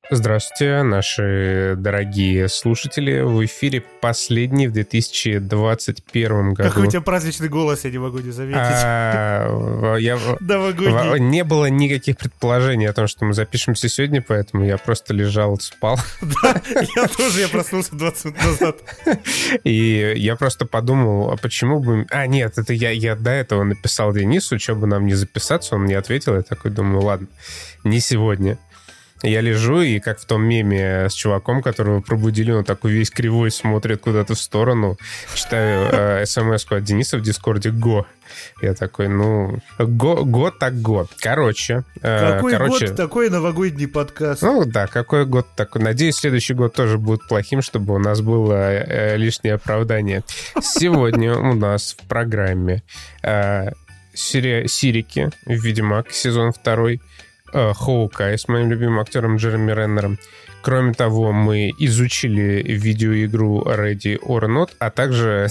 Здравствуйте, наши дорогие слушатели. В эфире последний в 2021 году. Какой у тебя праздничный голос, я не могу не заметить. Новогодний. Не было никаких предположений о том, что мы запишемся сегодня, поэтому я просто лежал, спал. Да, я проснулся 20 минут назад. И я просто подумал, а почему бы... Нет, это я до этого написал Денису, что бы нам не записаться, он мне ответил, я такой думаю, ладно, не сегодня. Я лежу, и как в том меме с чуваком, которого пробудили, он такой весь кривой смотрит куда-то в сторону. Читаю смс-ку от Дениса в Дискорде «Го». Я такой, го так го. Короче. Год, такой новогодний подкаст. Какой год такой. Надеюсь, следующий год тоже будет плохим, чтобы у нас было лишнее оправдание. Сегодня у нас в программе «Сирики», «Ведьмак», сезон 2, Хоукай с моим любимым актером Джереми Реннером. Кроме того, мы изучили видеоигру Ready or Not, а также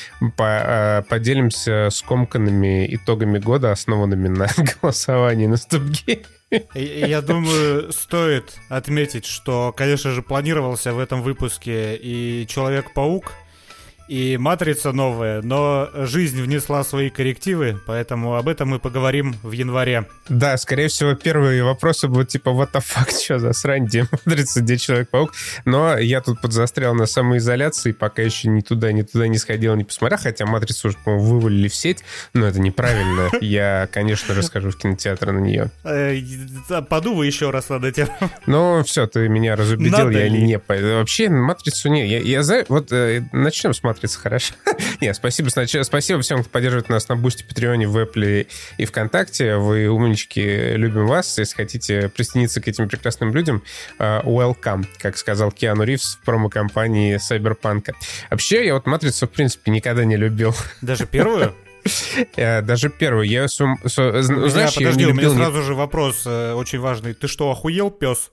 поделимся скомканными итогами года, основанными на голосовании на StopGame. Я думаю, стоит отметить, что, конечно же, планировался в этом выпуске и Человек-паук, и Матрица новая, но жизнь внесла свои коррективы, поэтому об этом мы поговорим в январе. Да, скорее всего, первые вопросы будут типа what the fuck, что за срань, где Матрица, где Человек-паук. Но я тут подзастрял на самоизоляции, пока еще ни туда не сходил, не посмотрел, хотя Матрицу уже, по-моему, вывалили в сеть, но это неправильно. Я, конечно же, схожу в кинотеатр на нее. Подумай еще раз над этим. Ну, все, ты меня разубедил, я не... Вообще, Матрицу не... Я знаю, вот начнем смотреть. Хорошо. Нет, спасибо всем, кто поддерживает нас на Бусти, Патреоне, в Apple и ВКонтакте. Вы умнички, любим вас. Если хотите присоединиться к этим прекрасным людям, welcome, как сказал Киану Ривз в промо-компании Cyberpunk. Вообще, я вот Матрицу, в принципе, никогда не любил. Даже первую? Даже первую. Знаешь, подожди, у меня сразу же вопрос очень важный. Ты что, охуел, пес?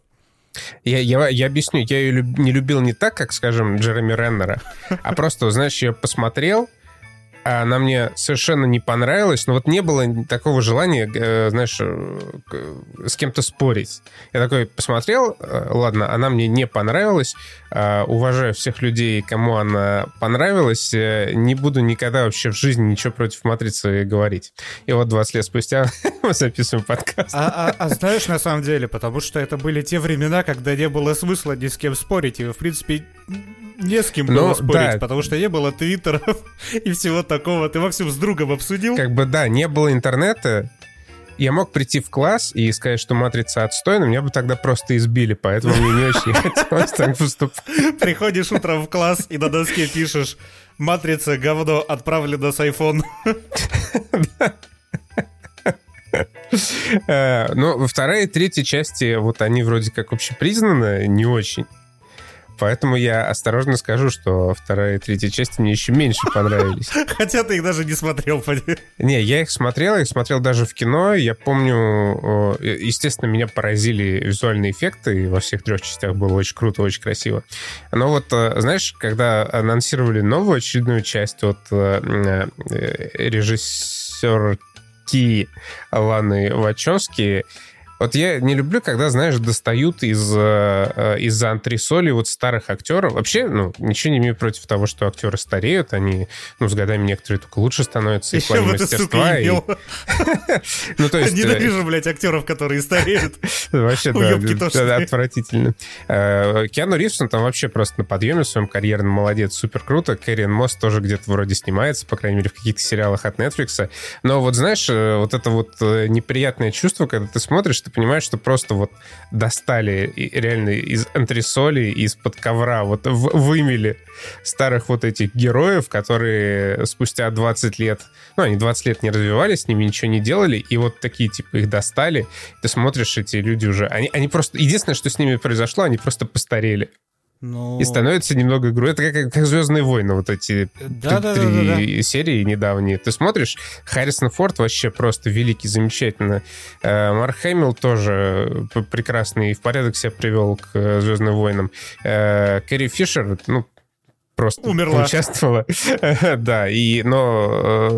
Я объясню, я ее не любил не так, как, скажем, Джереми Реннера, а просто, знаешь, я посмотрел, а она мне совершенно не понравилась, но вот не было такого желания, знаешь, с кем-то спорить. Я такой посмотрел, ладно, она мне не понравилась, уважаю всех людей, кому она понравилась, не буду никогда вообще в жизни ничего против «Матрицы» говорить. И вот 20 лет спустя мы записываем подкаст. А знаешь, на самом деле, потому что это были те времена, когда не было смысла ни с кем спорить, и, в принципе, не с кем было спорить, да. Потому что не было твиттеров и всего такого. Ты, Максим, с другом обсудил? Не было интернета. Я мог прийти в класс и сказать, что «Матрица» отстойна, меня бы тогда просто избили, поэтому мне не очень хотелось так поступать. Приходишь утром в класс и на доске пишешь «Матрица, говно, отправлено с iPhone». Ну, вторая и третья части, вот они вроде как общепризнаны, не очень. Поэтому я осторожно скажу, что вторая и третья части мне еще меньше понравились. Хотя ты их даже не смотрел, поди. Не, я их смотрел даже в кино. Я помню, естественно, меня поразили визуальные эффекты, и во всех 3 частях было очень круто, очень красиво. Но вот, знаешь, когда анонсировали новую очередную часть от режиссерки Ланы Вачовски, вот я не люблю, когда, знаешь, достают из-за антресолей вот старых актеров. Вообще, ничего не имею против того, что актеры стареют. Они, с годами некоторые только лучше становятся. Еще в этой сука имел. Ненавижу, блядь, актеров, которые стареют. Вообще, да, отвратительно. Киану Ривз, он там вообще просто на подъеме в своем карьерном, молодец, супер круто. Кэрриан Мосс тоже где-то вроде снимается, по крайней мере, в каких-то сериалах от Netflix. Но вот, знаешь, вот это вот неприятное чувство, когда ты смотришь, ты понимаешь, что просто вот достали реально из антресолей, из-под ковра, вот вымели старых вот этих героев, которые спустя 20 лет, они 20 лет не развивались, с ними ничего не делали, и вот такие, типа, их достали, ты смотришь, эти люди уже, они просто, единственное, что с ними произошло, они просто постарели. И становится немного игру. Это как «Звездные войны», вот эти три серии недавние. Ты смотришь, Харрисон Форд вообще просто великий, замечательно. Марк Хэмилл тоже прекрасный и в порядок себя привел к «Звездным войнам». Кэрри Фишер, просто умерла. Участвовала. Да, но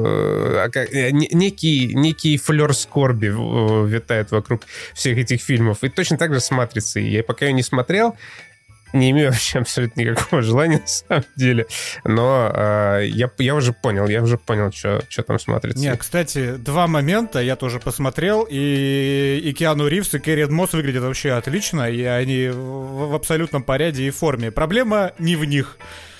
некий флёр скорби витает вокруг всех этих фильмов. И точно так же с «Матрицей». Я пока ее не смотрел, не имею вообще абсолютно никакого желания, на самом деле. Но я уже понял, что там смотрится. Не, кстати, 2 момента я тоже посмотрел, и Киану Ривз, и Кэрри Мосс выглядят вообще отлично, и они в абсолютном порядке и форме. Проблема не в них.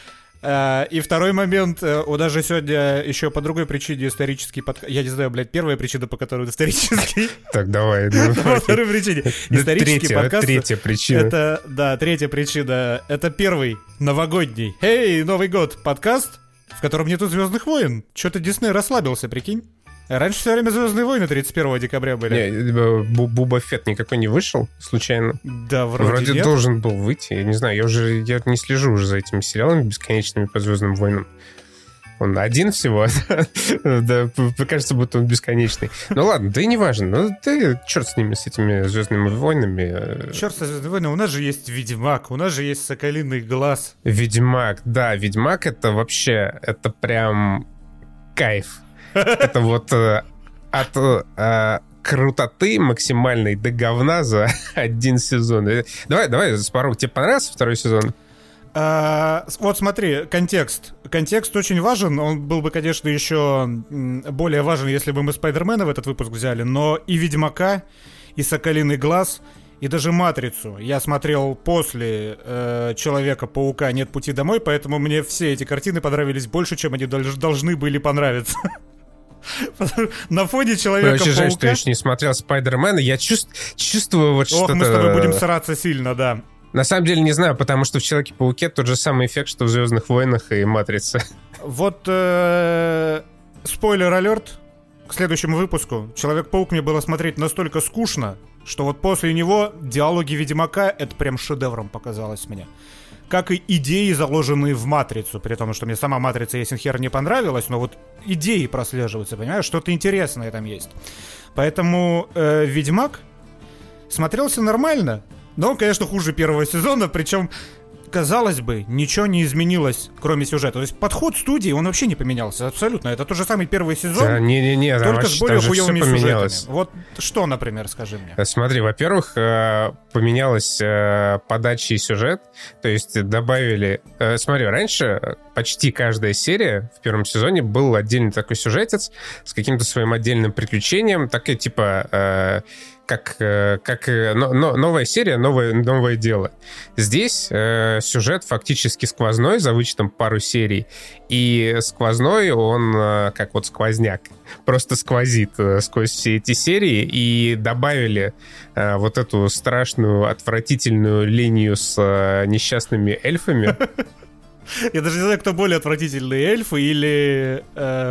И второй момент, даже сегодня еще по другой причине исторический подкаст. Я не знаю, блядь, первая причина, по которой он исторический. Так, давай. По второй причине. Исторический подкаст. Третья причина. Третья причина. Это первый новогодний. Эй, Новый год подкаст, в котором нету «Звездных войн». Что-то Дисней расслабился, прикинь. Раньше все время «Звездные войны» 31 декабря были. Боба Фетт никакой не вышел, случайно? Да, вроде нет. Должен был выйти. Я не знаю, я не слежу уже за этими сериалами бесконечными по «Звездным войнам». Он один всего. Да, кажется, будто он бесконечный. Ну ладно, да и не важно. Ну ты черт с ними, с этими «Звездными войнами». Черт со «Звездными войнами». У нас же есть «Ведьмак», у нас же есть «Соколиный глаз». Ведьмак, да. Ведьмак — это вообще, это прям кайф. Это вот от крутоты максимальной до говна за один сезон. Давай, Спарок, тебе понравился второй сезон? Вот смотри, контекст. Контекст очень важен. Он был бы, конечно, еще более важен, если бы мы Спайдермена в этот выпуск взяли. Но и Ведьмака, и Соколиный глаз, и даже «Матрицу» я смотрел после Человека-паука «Нет пути домой», поэтому мне все эти картины понравились больше, чем они должны были понравиться. На фоне Человека-паука... Очень жаль, что я еще не смотрел «Спайдермена». Я чувствую вот что-то... Ох, мы с тобой будем сраться сильно, да. На самом деле не знаю, потому что в «Человеке-пауке» тот же самый эффект, что в «Звездных войнах» и «Матрице». Вот спойлер-алерт к следующему выпуску. «Человек-паук» мне было смотреть настолько скучно, что вот после него диалоги Ведьмака — это прям шедевром показалось мне. Как и идеи, заложенные в «Матрицу», при том, что мне сама «Матрица» ясен хер не понравилась, но вот идеи прослеживаются, понимаешь? Что-то интересное там есть. Поэтому «Ведьмак» смотрелся нормально, но он, конечно, хуже первого сезона, причем, казалось бы, ничего не изменилось, кроме сюжета. То есть подход студии, он вообще не поменялся, абсолютно. Это тот же самый первый сезон, да, не, только с более хуёвыми сюжетами. Поменялось. Вот что, например, скажи мне? Смотри, во-первых, поменялась подача и сюжет, то есть добавили... Смотри, раньше почти каждая серия в первом сезоне был отдельный такой сюжетец с каким-то своим отдельным приключением, такая типа... Как новая серия, новое дело. Здесь сюжет фактически сквозной, за вычетом пару серий. И сквозной он как вот сквозняк. Просто сквозит сквозь все эти серии. И добавили вот эту страшную, отвратительную линию с несчастными эльфами. Я даже не знаю, кто более отвратительные, эльфы или...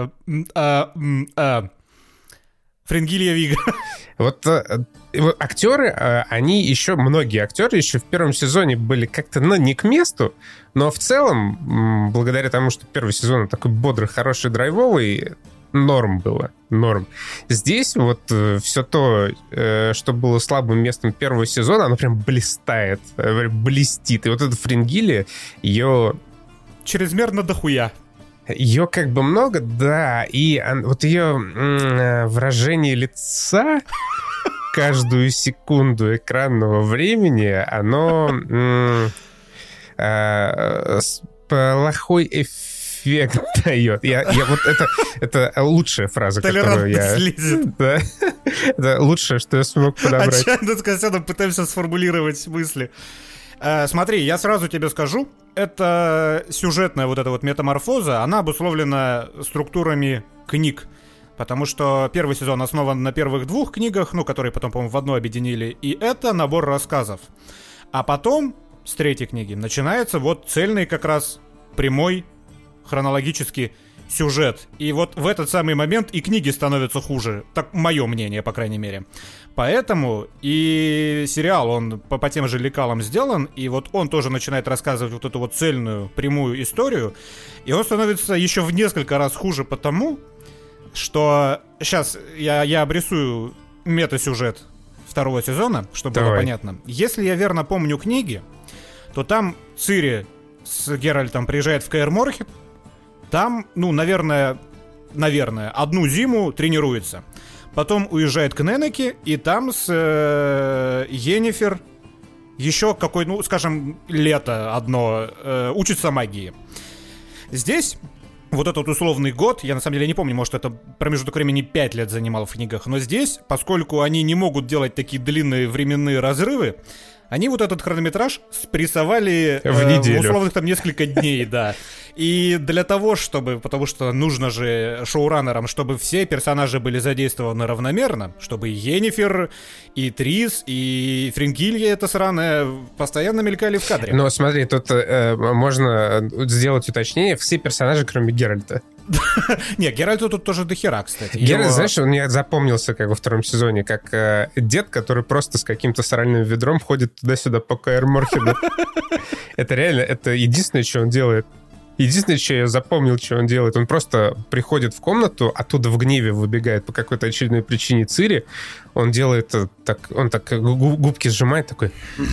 Фрингилья Вига. Вот актеры, многие актеры еще в первом сезоне были как-то, не к месту, но в целом, благодаря тому, что первый сезон такой бодрый, хороший, драйвовый, норм было, норм. Здесь вот все то, что было слабым местом первого сезона, оно прям блистает, блестит. И вот эта Фрингилья, ее... чрезмерно дохуя. Ее как бы много, да, и вот ее выражение лица каждую секунду экранного времени, оно плохой эффект дает. Вот это лучшая фраза, которую я... Да, это лучшее, что я смог подобрать. Отчаянно с Костяном пытаемся сформулировать мысли. Смотри, я сразу тебе скажу, это сюжетная вот эта вот метаморфоза, она обусловлена структурами книг, потому что первый сезон основан на первых 2 книгах, которые потом, по-моему, в одну объединили, и это набор рассказов. А потом, с 3-й книги, начинается вот цельный как раз прямой хронологический сюжет. И вот в этот самый момент и книги становятся хуже. Так мое мнение, по крайней мере. Поэтому и сериал, он по тем же лекалам сделан, и вот он тоже начинает рассказывать вот эту вот цельную, прямую историю, и он становится еще в несколько раз хуже потому, что... Сейчас я обрисую мета-сюжет 2-го сезона, чтобы было понятно. Если я верно помню книги, то там Цири с Геральтом приезжает в Каэр Морхед. Там, наверное, одну зиму тренируется. Потом уезжает к Ненеке, и там с Йеннифер еще скажем, лето одно учится магии. Здесь вот этот условный год, я на самом деле не помню, может, это промежуток времени 5 лет занимал в книгах, но здесь, поскольку они не могут делать такие длинные временные разрывы, они вот этот хронометраж спрессовали в неделю. Условных там несколько дней, да. И для того, потому что нужно же шоураннерам, чтобы все персонажи были задействованы равномерно, чтобы и Йеннифер, и Трис, и Фрингилья эта сраная постоянно мелькали в кадре. Но смотри, тут можно сделать уточнение: все персонажи, кроме Геральта. Не, Геральту тут тоже дохера, кстати. Геральт, знаешь, он мне запомнился как во втором сезоне, как дед, который просто с каким-то сральным ведром ходит туда-сюда по Каэр Морхеду. Это реально, это единственное, что он делает. Единственное, что я запомнил, что он делает, он просто приходит в комнату, оттуда в гневе выбегает по какой-то очередной причине Цири, он делает так, он так губки сжимает, такой...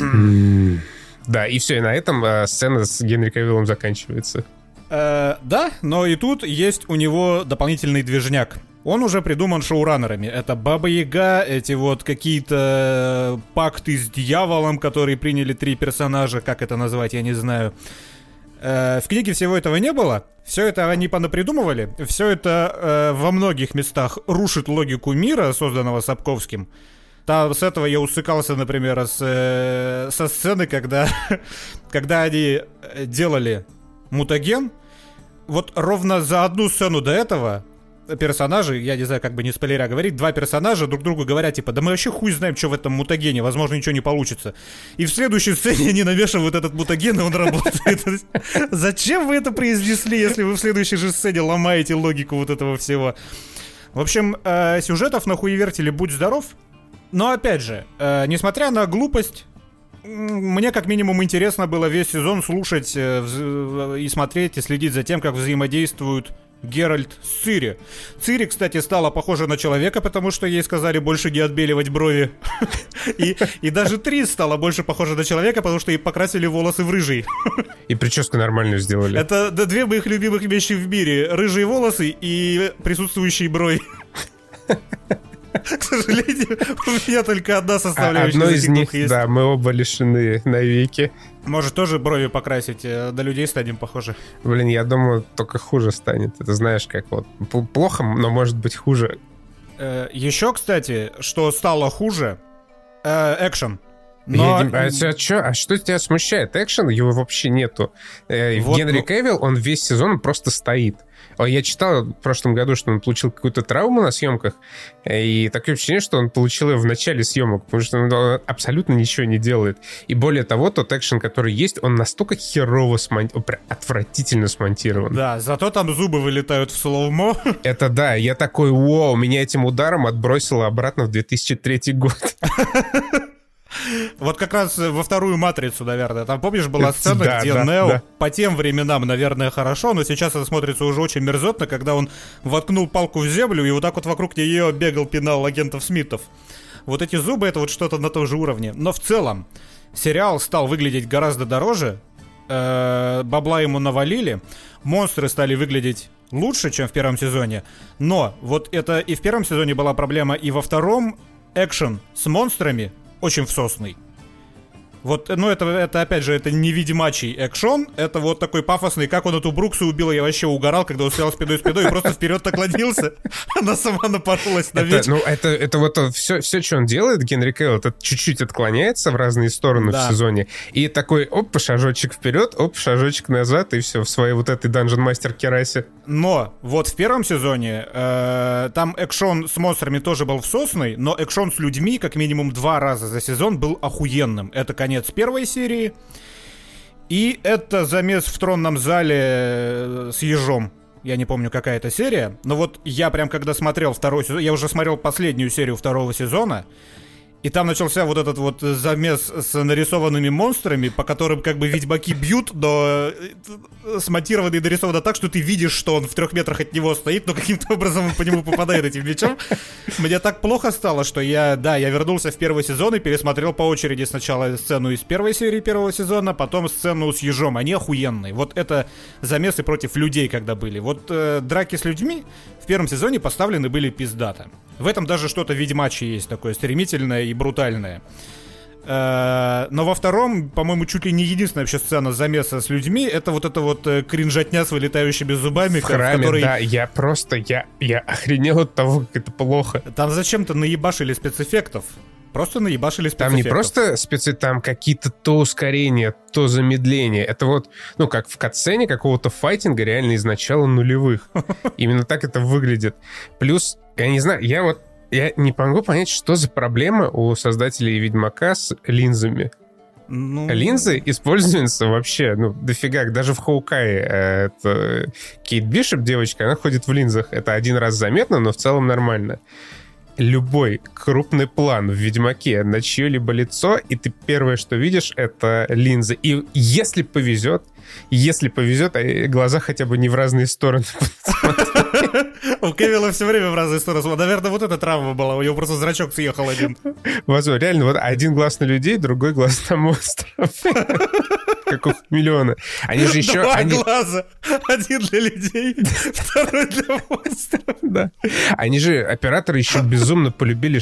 Да, и все, и на этом сцена с Генри Кавиллом заканчивается. Да, но и тут есть у него дополнительный движняк. Он уже придуман шоураннерами. Это Баба-Яга, эти вот какие-то пакты с дьяволом, которые приняли 3 персонажа, как это назвать, я не знаю. В книге всего этого не было. Все это они понапридумывали. Все это во многих местах рушит логику мира, созданного Сапковским. С этого я усыкался, например, со сцены, когда они делали мутаген. Вот ровно за одну сцену до этого персонажи, я не знаю, как бы не спойлеря говорить, 2 персонажа друг другу говорят, типа, да мы вообще хуй знаем, что в этом мутагене, возможно, ничего не получится. И в следующей сцене они навешивают этот мутаген, и он работает. Зачем вы это произнесли, если вы в следующей же сцене ломаете логику вот этого всего? В общем, сюжетов на хуевертеле будь здоров. Но, опять же, несмотря на глупость, мне как минимум интересно было весь сезон слушать и смотреть, и следить за тем, как взаимодействуют Геральт с Цири. Цири, кстати, стала похожа на человека, потому что ей сказали больше не отбеливать брови. И даже Трис стала больше похожа на человека, потому что ей покрасили волосы в рыжий. И прическу нормальную сделали. Это 2 моих любимых вещи в мире. Рыжие волосы и присутствующие брови. К сожалению, у меня только одна составляющая. Одно из них, есть. Да, мы оба лишены навеки. Может, тоже брови покрасить, до людей станем похожи. Блин, я думаю, только хуже станет. Это знаешь, как вот плохо, но может быть хуже. Еще, кстати, что стало хуже, экшен. Но... А что тебя смущает? Экшен, его вообще нету. Вот, Генри Кавилл, он весь сезон просто стоит. Я читал в прошлом году, что он получил какую-то травму на съемках, и такое впечатление, что он получил ее в начале съемок, потому что он абсолютно ничего не делает. И более того, тот экшен, который есть, он настолько херово отвратительно смонтирован. Да, зато там зубы вылетают в слоумо. Это да, я такой, вау, меня этим ударом отбросило обратно в 2003 год. Вот как раз во вторую «Матрицу», наверное. Там, помнишь, была сцена, где Нео по тем временам, наверное, хорошо, но сейчас это смотрится уже очень мерзотно, когда он воткнул палку в землю и вот так вот вокруг нее бегал, пинал агентов Смитов. Вот эти зубы — это вот что-то на том же уровне. Но в целом сериал стал выглядеть гораздо дороже, бабла ему навалили, монстры стали выглядеть лучше, чем в первом сезоне. Но вот это и в первом сезоне была проблема, и во втором экшен с монстрами очень всосный. Вот, ну это опять же, это не ведьмачий экшон, это вот такой пафосный, как он эту Бруксу убил, я вообще угорал, когда он стоял спиной и просто вперед наклонился, она сама напоролась на меч. Ну, это вот все, что он делает, Генри Кавилл, это чуть-чуть отклоняется в разные стороны в сезоне, и такой, оп, шажочек вперед, оп, шажочек назад, и все, в своей вот этой Dungeon Master керасе. Но вот в первом сезоне там экшон с монстрами тоже был всосный, но экшон с людьми как минимум 2 раза за сезон был охуенным. Это, конец первой серии. И это замес в тронном зале с ежом. Я не помню, какая это серия. Но вот я прям когда смотрел второй сезон, я уже смотрел последнюю серию второго сезона, И там начался вот этот вот замес с нарисованными монстрами, по которым как бы ведьмаки бьют, но смонтировано и нарисовано так, что ты видишь, что он в 3 метрах от него стоит, но каким-то образом он по нему попадает этим мечом. Мне так плохо стало, что я вернулся в первый сезон и пересмотрел по очереди сначала сцену из первой серии первого сезона, потом сцену с ежом. Они охуенные. Вот это замесы против людей, когда были. Вот драки с людьми в первом сезоне поставлены были пиздато. В этом даже что-то ведьмачье есть такое, стремительное и брутальное. Но во втором, по-моему, чуть ли не единственная вообще сцена замеса с людьми, это вот эта вот кринжатня с вылетающими зубами. В храме, которой... да, я охренел от того, как это плохо. Там зачем-то наебашили спецэффектов. Просто наебашили спецэффектов. Там не просто там какие-то то ускорения, то замедления. Это вот, ну, как в катсцене какого-то файтинга реально из начала нулевых. Именно так это выглядит. Плюс, я не знаю, я не могу понять, что за проблема у создателей Ведьмака с линзами. Линзы используются вообще, дофига. Даже в Хоукае Кейт Бишоп, девочка, она ходит в линзах. Это один раз заметно, но в целом нормально. Любой крупный план в Ведьмаке на чье-либо лицо, и ты первое, что видишь, это линзы. И если повезет, глаза хотя бы не в разные стороны. У Кевилла все время в разные стороны. Наверное, вот эта травма была. У него просто зрачок съехал один. Возможно, реально, вот один глаз на людей, другой глаз на монстров. Как у Хамелеона. Они же еще... Два глаза. Один для людей, второй для монстров. Да. Они же, операторы, еще безумно полюбили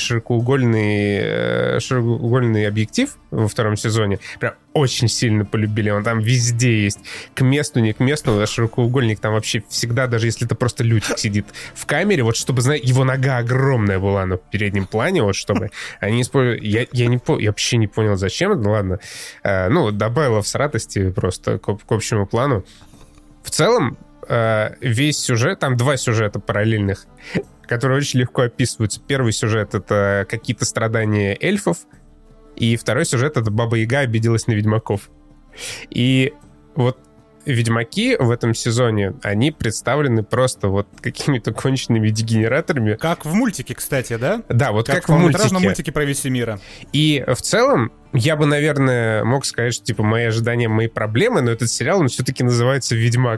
широкоугольный объектив во втором сезоне. Прям очень сильно полюбили. Он там везде есть. К месту, не к месту. А широкоугольник там вообще всегда, даже если это просто Лютик сидит в камере, вот чтобы, знаете, его нога огромная была на переднем плане, вот чтобы они использовали... Я вообще не понял, зачем. Ну ладно. Добавило в сратости просто к общему плану. В целом, весь сюжет, там 2 сюжета параллельных, которые очень легко описываются. Первый сюжет — это какие-то страдания эльфов, и второй сюжет — это Баба-Яга обиделась на ведьмаков. И вот ведьмаки в этом сезоне, они представлены просто вот какими-то конченными дегенераторами. Как в мультике, кстати, да? Да, вот как в полнометражном мультике про Весемира. И в целом, я бы, наверное, мог сказать, что, типа, мои ожидания, мои проблемы, но этот сериал, он все-таки называется «Ведьмак».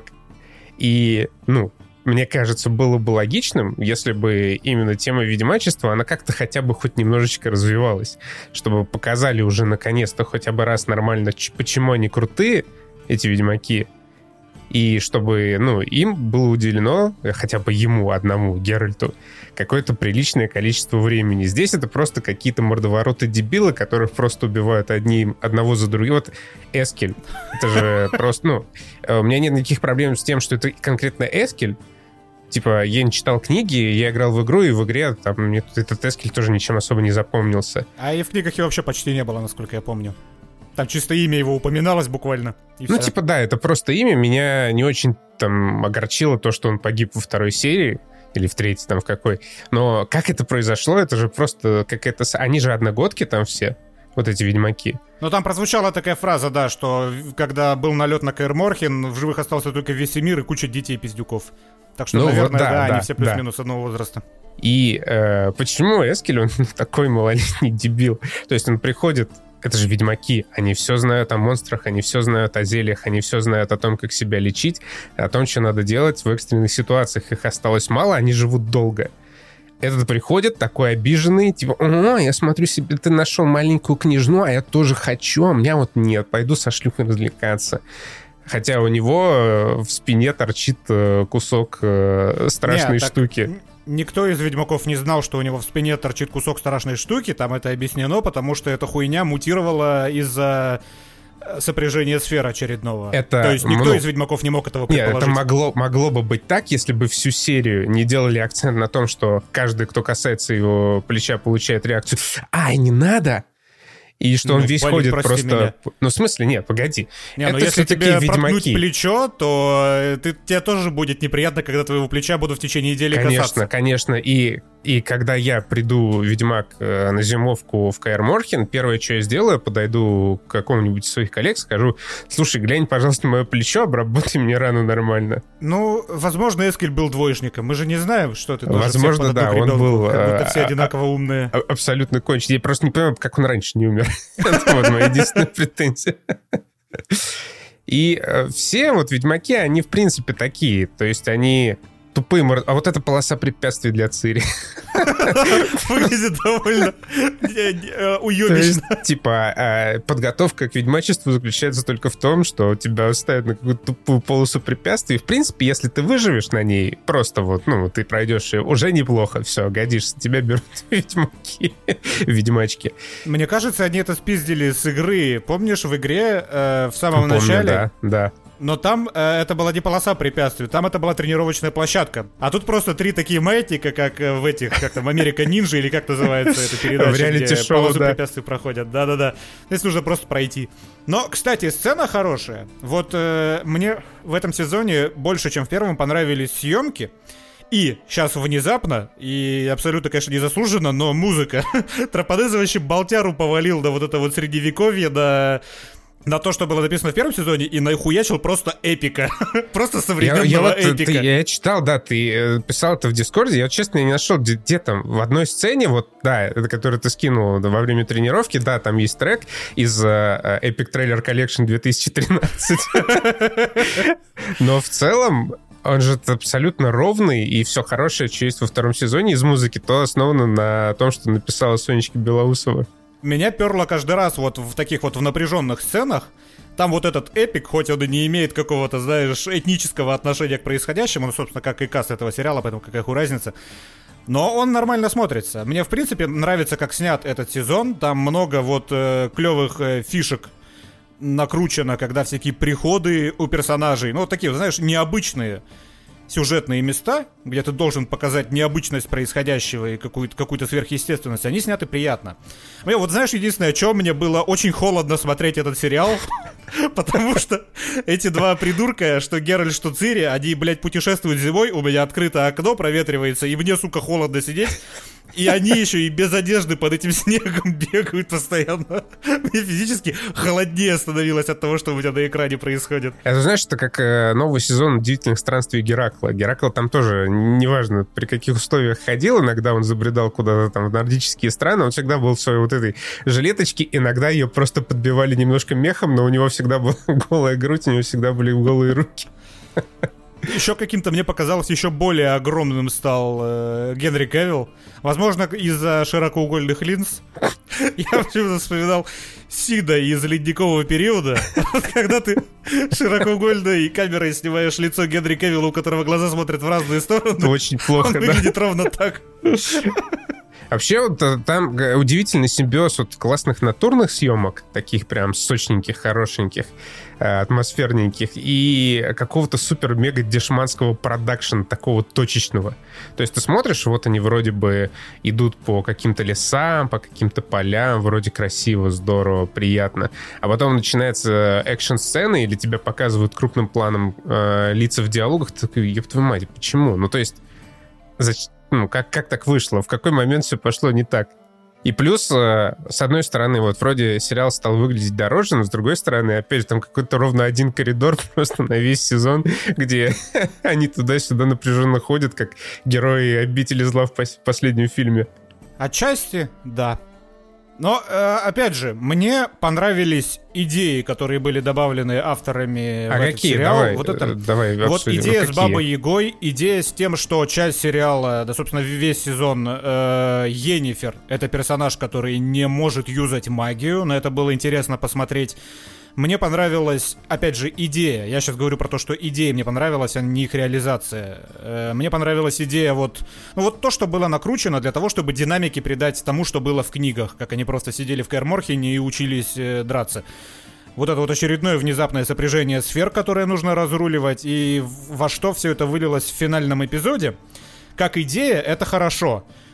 И, мне кажется, было бы логичным, если бы именно тема ведьмачества, она как-то хотя бы хоть немножечко развивалась, чтобы показали уже наконец-то хотя бы раз нормально, почему они крутые, эти ведьмаки, и чтобы, им было уделено, хотя бы ему одному, Геральту, какое-то приличное количество времени. Здесь это просто какие-то мордовороты-дебилы, которых просто убивают одного за другим. Вот Эскель, это же просто, у меня нет никаких проблем с тем, что это конкретно Эскель. Типа, я не читал книги, я играл в игру, и в игре там мне этот Эскель тоже ничем особо не запомнился. А и в книгах его вообще почти не было, насколько я помню. Там чисто имя его упоминалось буквально. Да, это просто имя. Меня не очень там огорчило то, что он погиб во 2 серии. Или в 3, там в какой. Но как это произошло, это же просто какая-то... Они же одногодки там все, вот эти ведьмаки. Там прозвучала такая фраза, да, что когда был налет на Каэр Морхен, в живых остался только Весемир и куча детей-пиздюков. Так что, наверное, они все плюс-минус одного возраста. И почему Эскель, он такой малолетний дебил? То есть он приходит... Это же ведьмаки, они все знают о монстрах, они все знают о зельях, они все знают о том, как себя лечить, о том, что надо делать в экстренных ситуациях. Их осталось мало, они живут долго. Этот приходит такой обиженный, типа, я смотрю себе, ты нашел маленькую княжну, а я тоже хочу, а у меня вот нет, пойду со шлюхой развлекаться. Хотя у него в спине торчит кусок страшной штуки. Никто из ведьмаков не знал, что у него в спине торчит кусок страшной штуки, там это объяснено, потому что эта хуйня мутировала из-за сопряжения сфер очередного. То есть никто из ведьмаков не мог этого предположить. Нет, это могло бы быть так, если бы всю серию не делали акцент на том, что каждый, кто касается его плеча, получает реакцию «Ай, не надо!» И что он весь ходит просто... Меня. Ну, в смысле, нет, погоди. Не, это если тебе проткнуть плечо, то тебе тоже будет неприятно, когда твоего плеча буду в течение недели касаться. Конечно. И когда я приду, Ведьмак, на зимовку в Каэр Морхен, первое, что я сделаю, подойду к какому-нибудь из своих коллег, скажу: слушай, глянь, пожалуйста, мое плечо, обработай мне рану нормально. Ну, возможно, Эскель был двоечником. Мы же не знаем, что ты должен возможно, да, он был... Как будто все одинаково умные. Абсолютно конченый. Я просто не понимаю, как он раньше не умер. Это вот моя единственная претензия. И все вот ведьмаки, они в принципе такие. То есть они тупые. А вот эта полоса препятствий для Цири. Выглядит довольно уёбищно. То есть, типа, подготовка к ведьмачеству заключается только в том, что тебя ставят на какую-то тупую полосу препятствий. В принципе, если ты выживешь на ней, просто вот, ну, ты пройдешь ее, уже неплохо, все, годишься. Тебя берут ведьмаки, ведьмачки. Мне кажется, они это спиздили с игры. Помнишь, в игре в самом начале? Да. Но там это была не полоса препятствий, там это была тренировочная площадка. А тут просто 3 такие маятника, как в этих, как там, Америка Нинджа, или как называется эта передача, где полосу препятствий проходят. Да-да-да. Здесь нужно просто пройти. Но, кстати, сцена хорошая. Вот мне в этом сезоне больше, чем в первом, понравились съемки. И сейчас внезапно, и абсолютно, конечно, незаслуженно, но музыка. Троподеза вообще болтяру повалил до вот это вот средневековья, на то, что было написано в первом сезоне, и нахуячил просто эпика. Просто современного эпика. Я читал, да, ты писал это в Дискорде, я, честно, не нашел, где там, в одной сцене, вот, да, которую ты скинул во время тренировки, да, там есть трек из Epic Trailer Collection 2013. Но в целом он же абсолютно ровный, и все хорошее, что есть во втором сезоне из музыки, то основано на том, что написала Сонечка Белоусова. Меня перло каждый раз вот в таких вот в напряженных сценах. Там вот этот эпик, хоть он и не имеет какого-то, знаешь, этнического отношения к происходящему, ну, собственно, как и каст этого сериала, поэтому какая разница. Но он нормально смотрится. Мне, в принципе, нравится, как снят этот сезон. Там много вот клевых фишек накручено, когда всякие приходы у персонажей, ну, вот такие, знаешь, необычные сюжетные места, где ты должен показать необычность происходящего и какую-то сверхъестественность, они сняты приятно. Мне вот, знаешь, единственное, о чем мне было очень холодно смотреть этот сериал, потому что эти 2 придурка, что Геральт, что Цири, они, блядь, путешествуют зимой, у меня открыто окно, проветривается, и мне, сука, холодно сидеть. И они еще и без одежды под этим снегом бегают постоянно. Мне физически холоднее становилось от того, что у меня на экране происходит. Это, знаешь, это как новый сезон «Удивительных странствий Геракла». Геракл там тоже, неважно, при каких условиях ходил, иногда он забредал куда-то там в нордические страны, он всегда был в своей вот этой жилеточке, иногда ее просто подбивали немножко мехом, но у него всегда была голая грудь, у него всегда были голые руки. Еще каким-то, мне показалось, еще более огромным стал Генри Кавилл. Возможно, из-за широкоугольных линз. Я почему-то вспоминал Сида из «Ледникового периода». Когда ты широкоугольной камерой снимаешь лицо Генри Кавилла, у которого глаза смотрят в разные стороны. Это очень плохо, да? Он выглядит ровно так. Вообще, вот там удивительный симбиоз вот классных натурных съемок, таких прям сочненьких, хорошеньких, атмосферненьких, и какого-то супер-мега-дешманского продакшена, такого точечного. То есть ты смотришь, вот они вроде бы идут по каким-то лесам, по каким-то полям, вроде красиво, здорово, приятно. А потом начинается экшн-сцена, или тебя показывают крупным планом лица в диалогах, ты такой, ёб твою мать, почему? Ну, то есть, ну, как так вышло? В какой момент все пошло не так? И плюс, с одной стороны, вот вроде сериал стал выглядеть дороже, но с другой стороны, опять же, там какой-то ровно один коридор просто на весь сезон, где они туда-сюда напряженно ходят, как герои «Обители зла» в последнем фильме. Отчасти, да. Но, опять же, мне понравились идеи, которые были добавлены авторами в этот сериал. Давай, вот это, давай вот обсудим. Идея с Бабой Ягой, идея с тем, что часть сериала, да, собственно, весь сезон Йеннифер — это персонаж, который не может юзать магию. На это было интересно посмотреть. Мне понравилась, опять же, идея. Я сейчас говорю про то, что идея мне понравилась, а не их реализация. Мне понравилась идея вот то, что было накручено для того, чтобы динамики придать тому, что было в книгах. Как они просто сидели в Каэр Морхене и учились драться. Вот это вот очередное внезапное сопряжение сфер, которое нужно разруливать, и во что все это вылилось в финальном эпизоде. Как идея, это хорошо.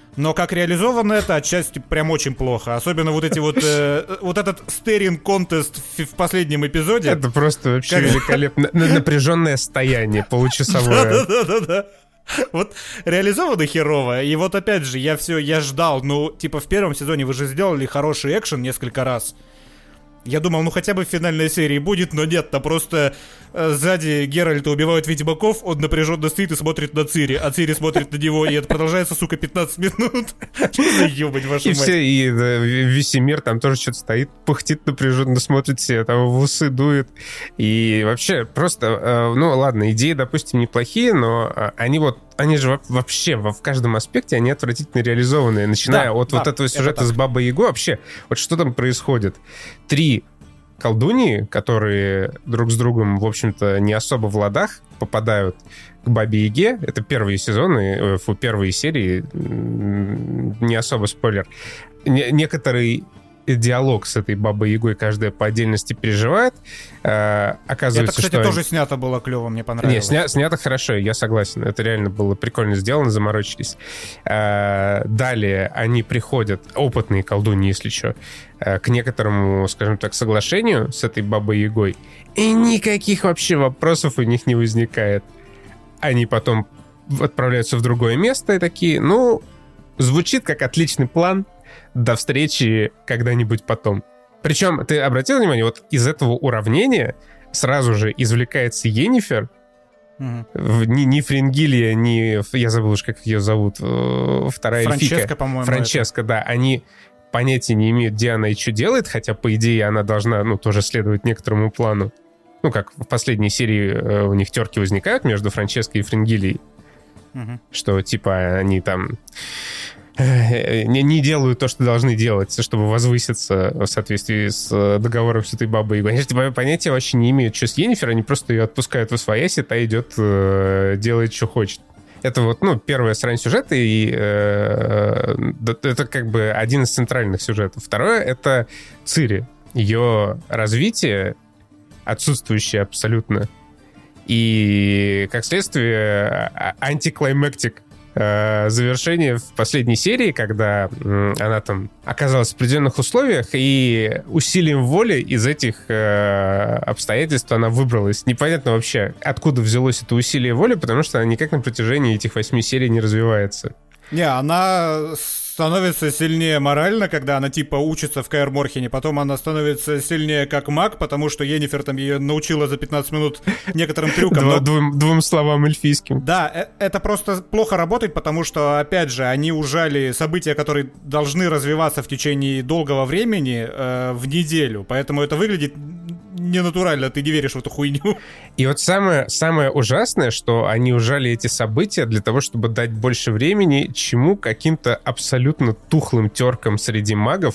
Но как реализовано это, отчасти прям очень плохо. Особенно вот эти вот... вот этот стеринг-контест в последнем эпизоде. Это просто вообще великолепно. Напряженное стояние получасовое. Да-да-да. Вот реализовано херово. И вот опять же, я ждал. Ну, типа в первом сезоне вы же сделали хороший экшен несколько раз. Я думал, ну хотя бы в финальной серии будет, но нет, там просто сзади Геральта убивают ведьмаков, он напряженно стоит и смотрит на Цири, а Цири смотрит на него, и это продолжается, сука, 15 минут. Что за ёбать, вашу мать? И все, и Весемир там тоже что-то стоит, пыхтит напряженно, смотрит себе, там в усы дует. И вообще просто, ну ладно, идеи, допустим, неплохие, но они же вообще в каждом аспекте, они отвратительно реализованные, начиная от вот этого сюжета с Бабой Ягой, вообще, вот что там происходит? 3 колдуньи, которые друг с другом, в общем-то, не особо в ладах, попадают к Бабе Яге. Это первые сезоны, первые серии, не особо спойлер. Некоторый диалог с этой Бабой Ягой каждая по отдельности переживает. Оказывается, это, кстати, что тоже снято было клево, мне понравилось. Не, снято хорошо, я согласен. Это реально было прикольно сделано, заморочились. Далее они приходят, опытные колдуньи, если что, к некоторому, скажем так, соглашению с этой Бабой Ягой, и никаких вообще вопросов у них не возникает. Они потом отправляются в другое место и такие, ну, звучит как отличный план, до встречи когда-нибудь потом. Причем, ты обратил внимание, вот из этого уравнения сразу же извлекается Йеннифер, ни Фрингилия, ни... Я забыл уж, как ее зовут. Вторая эльфийка. Франческа, по-моему. Франческа, да. Они понятия не имеют, где она и что делает, хотя, по идее, она должна, ну, тоже следовать некоторому плану. Ну, как в последней серии у них терки возникают между Франческой и Фрингилией. Что, типа, они там... не делают то, что должны делать, чтобы возвыситься в соответствии с договором с этой Бабой Ягой. Они же понятия вообще не имеют, что с Йеннифер, они просто ее отпускают в освояси, та идет, делает, что хочет. Это вот, ну, первая срань сюжета, и это как бы один из центральных сюжетов. Второе — это Цири. Ее развитие отсутствующее абсолютно. И, как следствие, антиклаймактик завершение в последней серии, когда она там оказалась в определенных условиях, и усилием воли из этих обстоятельств она выбралась. Непонятно вообще, откуда взялось это усилие воли, потому что она никак на протяжении этих 8 серий не развивается. Не, она становится сильнее морально, когда она типа учится в Каэр Морхене, потом она становится сильнее как маг, потому что Йеннифер там ее научила за 15 минут некоторым трюкам. Двум словам эльфийским. Да, это просто плохо работает, потому что, опять же, они ужали события, которые должны развиваться в течение долгого времени в неделю, поэтому это выглядит ненатурально, ты не веришь в эту хуйню. И вот самое ужасное, что они ужали эти события для того, чтобы дать больше времени чему? Каким-то абсолютно тухлым теркам среди магов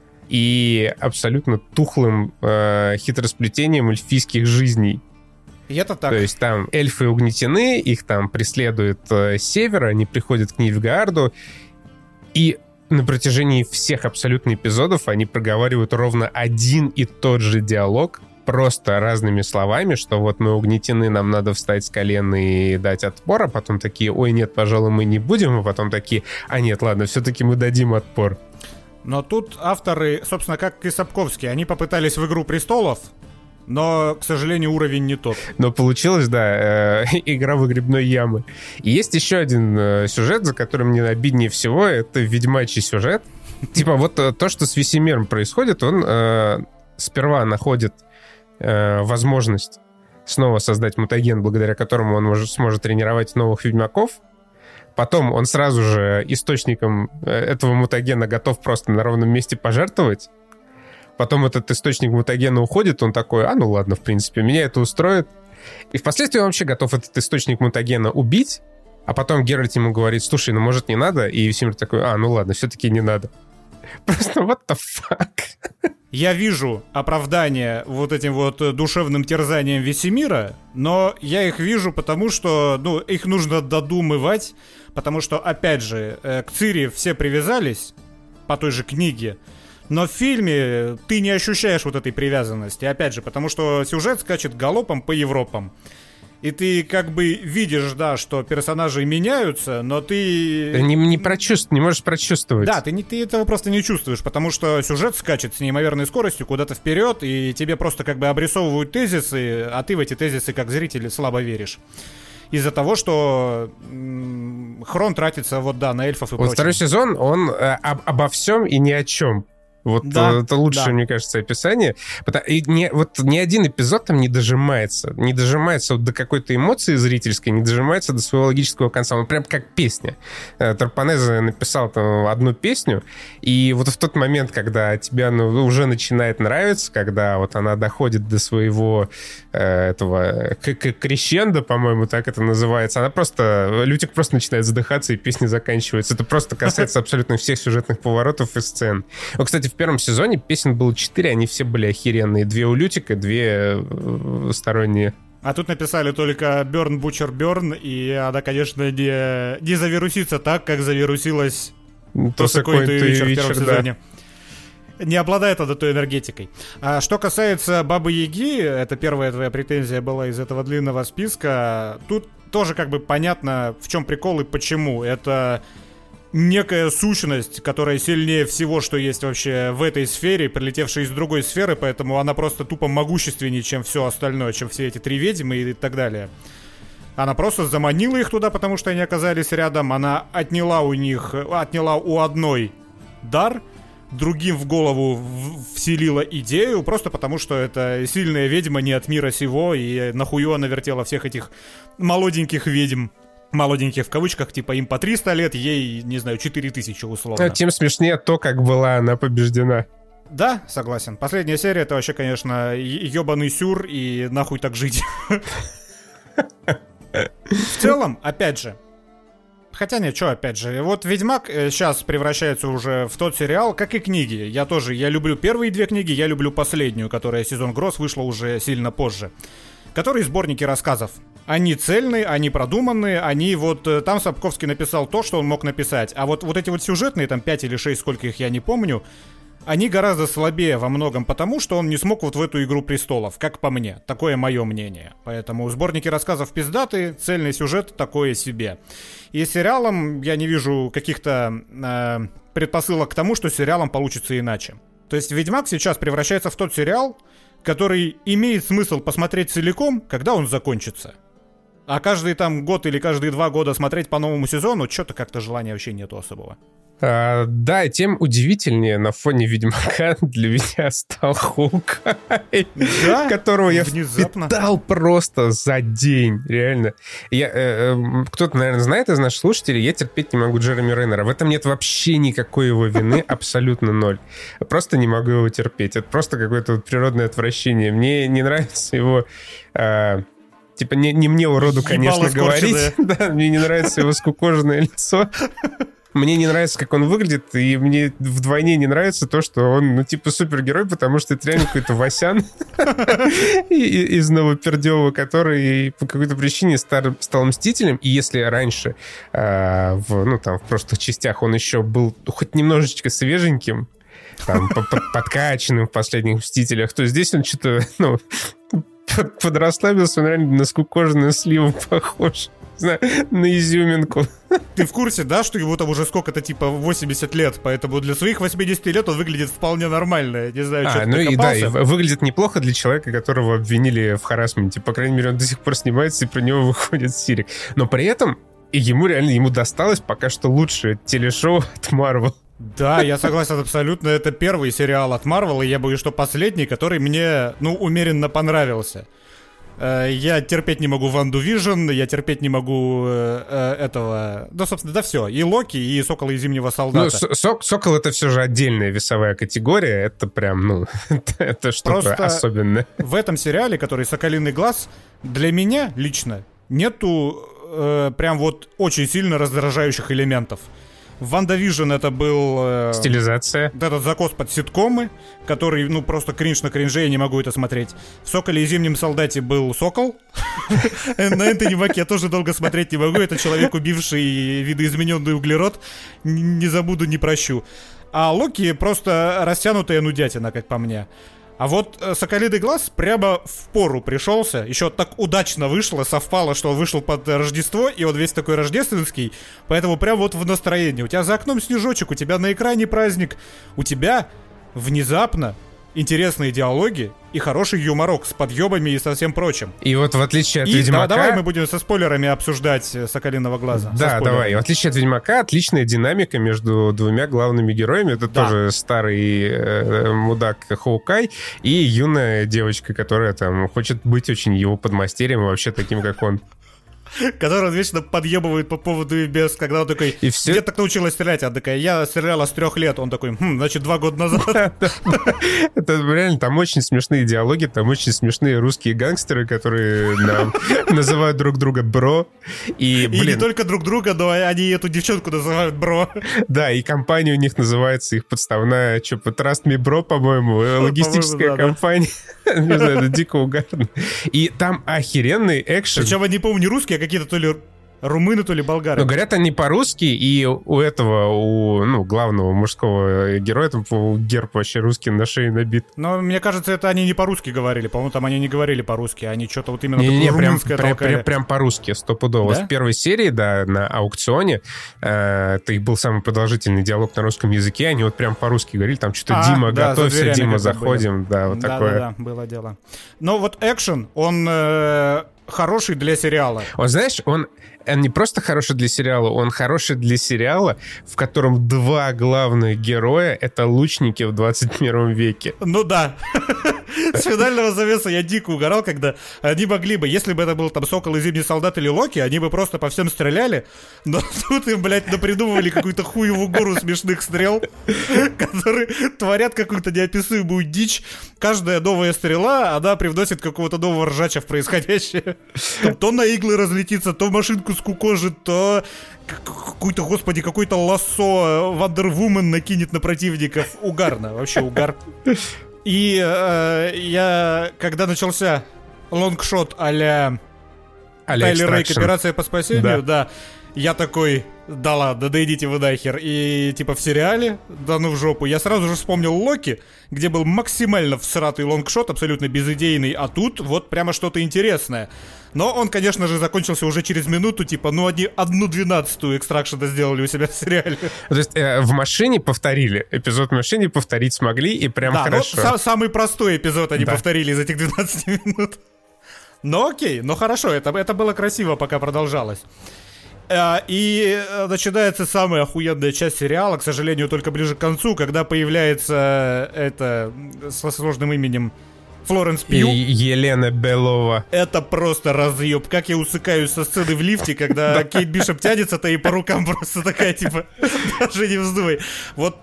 и абсолютно тухлым хитросплетением эльфийских жизней. И это так. То есть там эльфы угнетены, их там преследуют с севера, они приходят к Нильфгаарду, и на протяжении всех абсолютно эпизодов они проговаривают ровно один и тот же диалог, просто разными словами, что вот мы угнетены, нам надо встать с колен и дать отпор, а потом такие, ой, нет, пожалуй, мы не будем, а потом такие, а нет, ладно, все-таки мы дадим отпор. Но тут авторы, собственно, как и Сапковский, они попытались в «Игру престолов», но, к сожалению, уровень не тот. Но получилось, да, игра выгребной ямы. И есть еще один сюжет, за которым мне обиднее всего, это ведьмачий сюжет. Типа вот то, что с Весемиром происходит, он сперва находит возможность снова создать мутаген, благодаря которому он сможет тренировать новых ведьмаков. Потом он сразу же источником этого мутагена готов просто на ровном месте пожертвовать. Потом этот источник мутагена уходит, он такой, ну ладно, в принципе, меня это устроит. И впоследствии он вообще готов этот источник мутагена убить, а потом Геральт ему говорит, слушай, ну может не надо? И Весемир такой, ну ладно, все-таки не надо. Просто what the fuck? Я вижу оправдание вот этим вот душевным терзанием Весемира, но я их вижу потому, что, их нужно додумывать, потому что, опять же, к Цири все привязались по той же книге, но в фильме ты не ощущаешь вот этой привязанности, опять же, потому что сюжет скачет галопом по Европам. И ты как бы видишь, да, что персонажи меняются, но ты... не можешь прочувствовать. Да, ты этого просто не чувствуешь, потому что сюжет скачет с неимоверной скоростью куда-то вперед, и тебе просто как бы обрисовывают тезисы, а ты в эти тезисы как зритель слабо веришь. Из-за того, что хрон тратится на эльфов и прочее. Второй сезон, он обо всем и ни о чем. Это лучшее, мне кажется, описание. И ни один эпизод там не дожимается до какой-то эмоции зрительской, не дожимается до своего логического конца. Он прям как песня. Тарпанезе написал там одну песню, и вот в тот момент, когда тебе она уже начинает нравиться, когда вот она доходит до своего этого крещендо, по-моему, так это называется, Лютик просто начинает задыхаться, и песня заканчивается. Это просто касается абсолютно всех сюжетных поворотов и сцен. Кстати, в первом сезоне песен было 4, они все были охеренные. 2 у Лютика, 2 сторонние. А тут написали только Burn, Butcher, Burn, и она, конечно, не завирусится так, как завирусилась Тосакой Туевича в первом сезоне. Не обладает она той энергетикой. А что касается Бабы Яги, это первая твоя претензия была из этого длинного списка, тут тоже как бы понятно, в чем прикол и почему. Это некая сущность, которая сильнее всего, что есть вообще в этой сфере, прилетевшая из другой сферы, поэтому она просто тупо могущественнее, чем все остальное, чем все эти 3 ведьмы и так далее. Она просто заманила их туда, потому что они оказались рядом, она отняла у одной дар, другим в голову вселила идею, просто потому что это сильная ведьма не от мира сего, и нахую она вертела всех этих молоденьких ведьм. Молоденьких в кавычках, типа им по 300 лет, ей, не знаю, 4000 условно. Тем смешнее то, как была она побеждена. Да, согласен. Последняя серия, это вообще, конечно, ебаный сюр, и нахуй так жить. В целом, опять же, хотя нет, что опять же, вот «Ведьмак» сейчас превращается уже в тот сериал, как и книги. Я люблю первые 2 книги, я люблю последнюю, которая «Сезон гроз» вышла уже сильно позже. Которые сборники рассказов. Они цельные, они продуманные, они там Сапковский написал то, что он мог написать. А вот эти сюжетные, там 5 или 6, сколько их я не помню, они гораздо слабее во многом потому, что он не смог в эту «Игру престолов», как по мне. Такое мое мнение. Поэтому сборники рассказов пиздатые, цельный сюжет такое себе. И с сериалом я не вижу каких-то предпосылок к тому, что с сериалом получится иначе. То есть «Ведьмак» сейчас превращается в тот сериал, который имеет смысл посмотреть целиком, когда он закончится. А каждый там год или каждые 2 года смотреть по новому сезону, что-то как-то желания вообще нету особого. Да, тем удивительнее на фоне «Ведьмака» для меня стал Хоукай, да? Которого я впитал просто за день, реально. Кто-то, наверное, знает из наших слушателей, я терпеть не могу Джереми Реннера. В этом нет вообще никакой его вины, абсолютно 0. Просто не могу его терпеть. Это просто какое-то природное отвращение. Мне не нравится его... Типа, не мне уроду, конечно, говорить. Да, мне не нравится его скукоженное лицо. Мне не нравится, как он выглядит, и мне вдвойне не нравится то, что он, супергерой, потому что это реально какой-то Васян из Новопердёва, который по какой-то причине стал Мстителем. И если раньше, в прошлых частях он еще был хоть немножечко свеженьким, там, подкачанным в последних Мстителях, то здесь он что-то, подрасслабился, он реально на скукоженную сливу похож. На изюминку. Ты в курсе, да, что ему там уже сколько-то, 80 лет, поэтому для своих 80 лет он выглядит вполне нормально. Не знаю, что ты докопался. И выглядит неплохо для человека, которого обвинили в харассменте. По крайней мере, он до сих пор снимается, и про него выходит Сирик. Но при этом ему досталось пока что лучшее телешоу от Marvel. Да, я согласен абсолютно. Это первый сериал от Marvel, и я боюсь, что последний, который мне, умеренно понравился. Я терпеть не могу Ванду Вижн, я терпеть не могу этого... собственно, все. И Локи, и Сокола и Зимнего Солдата. Сокол — это все же отдельная весовая категория. Это прям, это что-то особенное. В этом сериале, который «Соколиный глаз», для меня лично нету прям очень сильно раздражающих элементов. В «Ванда Вижн» это был... стилизация. Этот закос под ситкомы, который, просто кринж на кринже, я не могу это смотреть. В «Соколе и Зимнем Солдате» был Сокол. На Энтони Маки я тоже долго смотреть не могу. Это человек, убивший видоизмененный углерод. Не забуду, не прощу. А Локи просто растянутая нудятина, как по мне. А вот «Соколиный глаз» прямо в пору пришелся. Еще так удачно вышло, совпало, что он вышел под Рождество, и он весь такой рождественский. Поэтому прям вот в настроении. У тебя за окном снежочек, у тебя на экране праздник. У тебя внезапно интересные диалоги и хороший юморок с подъебами и со всем прочим. И вот в отличие от «Ведьмака». Давай мы будем со спойлерами обсуждать «Соколиного глаза». Да, давай. В отличие от «Ведьмака», отличная динамика между двумя главными героями. Это тоже старый мудак Хоукай и юная девочка, которая там хочет быть очень его подмастерьем и вообще таким, как он. Который он вечно подъебывает по поводу и без, когда он такой, где так научилась стрелять? Она такая, я стреляла с 3 лет. Он такой, значит, 2 года назад. Это реально, там очень смешные диалоги, там очень смешные русские гангстеры, которые называют друг друга бро. И не только друг друга, но они эту девчонку называют бро. Да, и компания у них называется, их подставная, Trust Me Bro, по-моему, логистическая компания. Не знаю, это дико угарно. И там охеренный экшен. Причем они, по-моему, не русские, а какие-то то ли румыны, то ли болгары. Но говорят они по-русски, и у этого, главного мужского героя, там герб вообще русский на шее набит. Но мне кажется, это они не по-русски говорили. По-моему, там они не говорили по-русски, они что-то вот именно такое румынское толкали. Прям по-русски, стопудово. Да? В первой серии, да, на аукционе, это их был самый продолжительный диалог на русском языке, они вот прям по-русски говорили, там что-то «Дима, готовься, Дима, заходим». Да, вот такое. Да, было дело. Но вот экшен, он хороший для сериала. Он, знаешь, он не просто хороший для сериала, он хороший для сериала, в котором 2 главных героя — это лучники в 21 веке. Ну да. С финального завеса я дико угорал, когда они могли бы, если бы это был там «Сокол» и «Зимний солдат» или «Локи», они бы просто по всем стреляли, но тут им, блядь, напридумывали какую-то хуевую гору смешных стрел, которые творят какую-то неописуемую дичь. Каждая новая стрела, она привносит какого-то нового ржача в происходящее. То на иглы разлетится, то машинку скукожит, то какой-то, господи, какой-то лассо Вандервумен накинет на противников. Угарно, вообще угар. И я, когда начался лонгшот а-ля Тайлер Рейк, «Операция по спасению», да, я такой, да ладно, да идите вы нахер. И типа в сериале, да ну в жопу, я сразу же вспомнил «Локи», где был максимально всратый лонгшот, абсолютно безыдейный, а тут вот прямо что-то интересное. Но он, конечно же, закончился уже через минуту, типа, они 1/12 экстракшена сделали у себя в сериале. То есть в машине повторили, эпизод в машине повторить смогли, и прям хорошо. Да, самый простой эпизод они повторили из этих 12 минут. Но окей, хорошо, это было красиво, пока продолжалось. И начинается самая охуенная часть сериала, к сожалению, только ближе к концу, когда появляется со сложным именем Флоренс Пью. Елена Белова. Это просто разъеб. Как я усыкаюсь со сцены в лифте, когда Кейт Бишоп тянется-то и по рукам просто такая, типа, даже не вздумай. Вот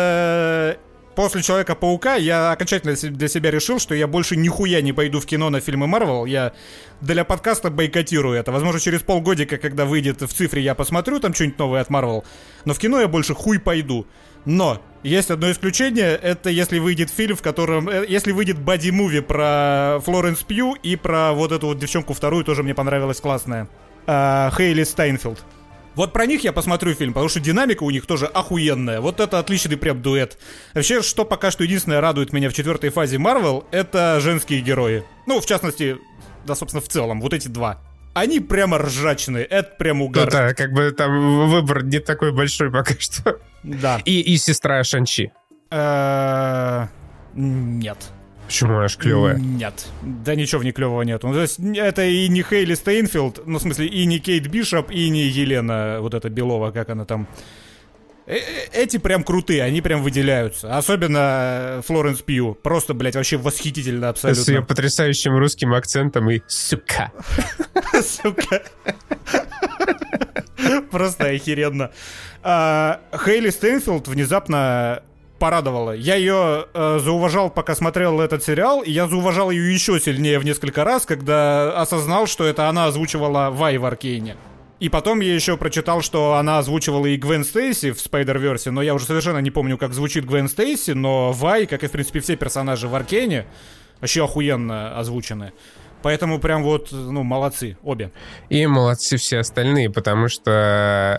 после «Человека-паука» я окончательно для себя решил, что я больше нихуя не пойду в кино на фильмы Марвел. Я для подкаста бойкотирую это. Возможно, через полгодика, когда выйдет в цифре, я посмотрю там что-нибудь новое от Марвел. Но в кино я больше хуй пойду. Но есть одно исключение, это если выйдет фильм, в котором... Если выйдет бади-муви про Флоренс Пью и про вот эту вот девчонку вторую, тоже мне понравилась, классная. Хейли Стайнфилд. Вот про них я посмотрю фильм, потому что динамика у них тоже охуенная. Вот это отличный прям дуэт. Вообще, что пока что единственное радует меня в 4-й фазе Марвел, это женские герои. Ну, в частности, да, собственно, в целом, вот эти 2. Они прямо ржачные, это прям угар. Да, как бы там выбор не такой большой пока что. Да. И сестра Шан-Чи. Нет. Почему она ж клевая? Нет. Да ничего в ней клевого нет. Ну, то есть это и не Хейли Стейнфилд, ну, в смысле, и не Кейт Бишоп, и не Елена, вот эта Белова, как она там. Эти прям крутые, они прям выделяются. Особенно Флоренс Пью. Просто, блядь, вообще восхитительно абсолютно. С ее потрясающим русским акцентом и сука. Сука. Просто охеренно. Хейли Стейнфилд внезапно порадовала. Я ее зауважал, пока смотрел этот сериал, и я зауважал ее еще сильнее в несколько раз, когда осознал, что это она озвучивала Вай в Аркейне. И потом я еще прочитал, что она озвучивала и Гвен Стейси в Спайдерверсе, но я уже совершенно не помню, как звучит Гвен Стейси, но Вай, как и, в принципе, все персонажи в Аркейне, вообще охуенно озвучены. Поэтому прям вот, молодцы обе. И молодцы все остальные, потому что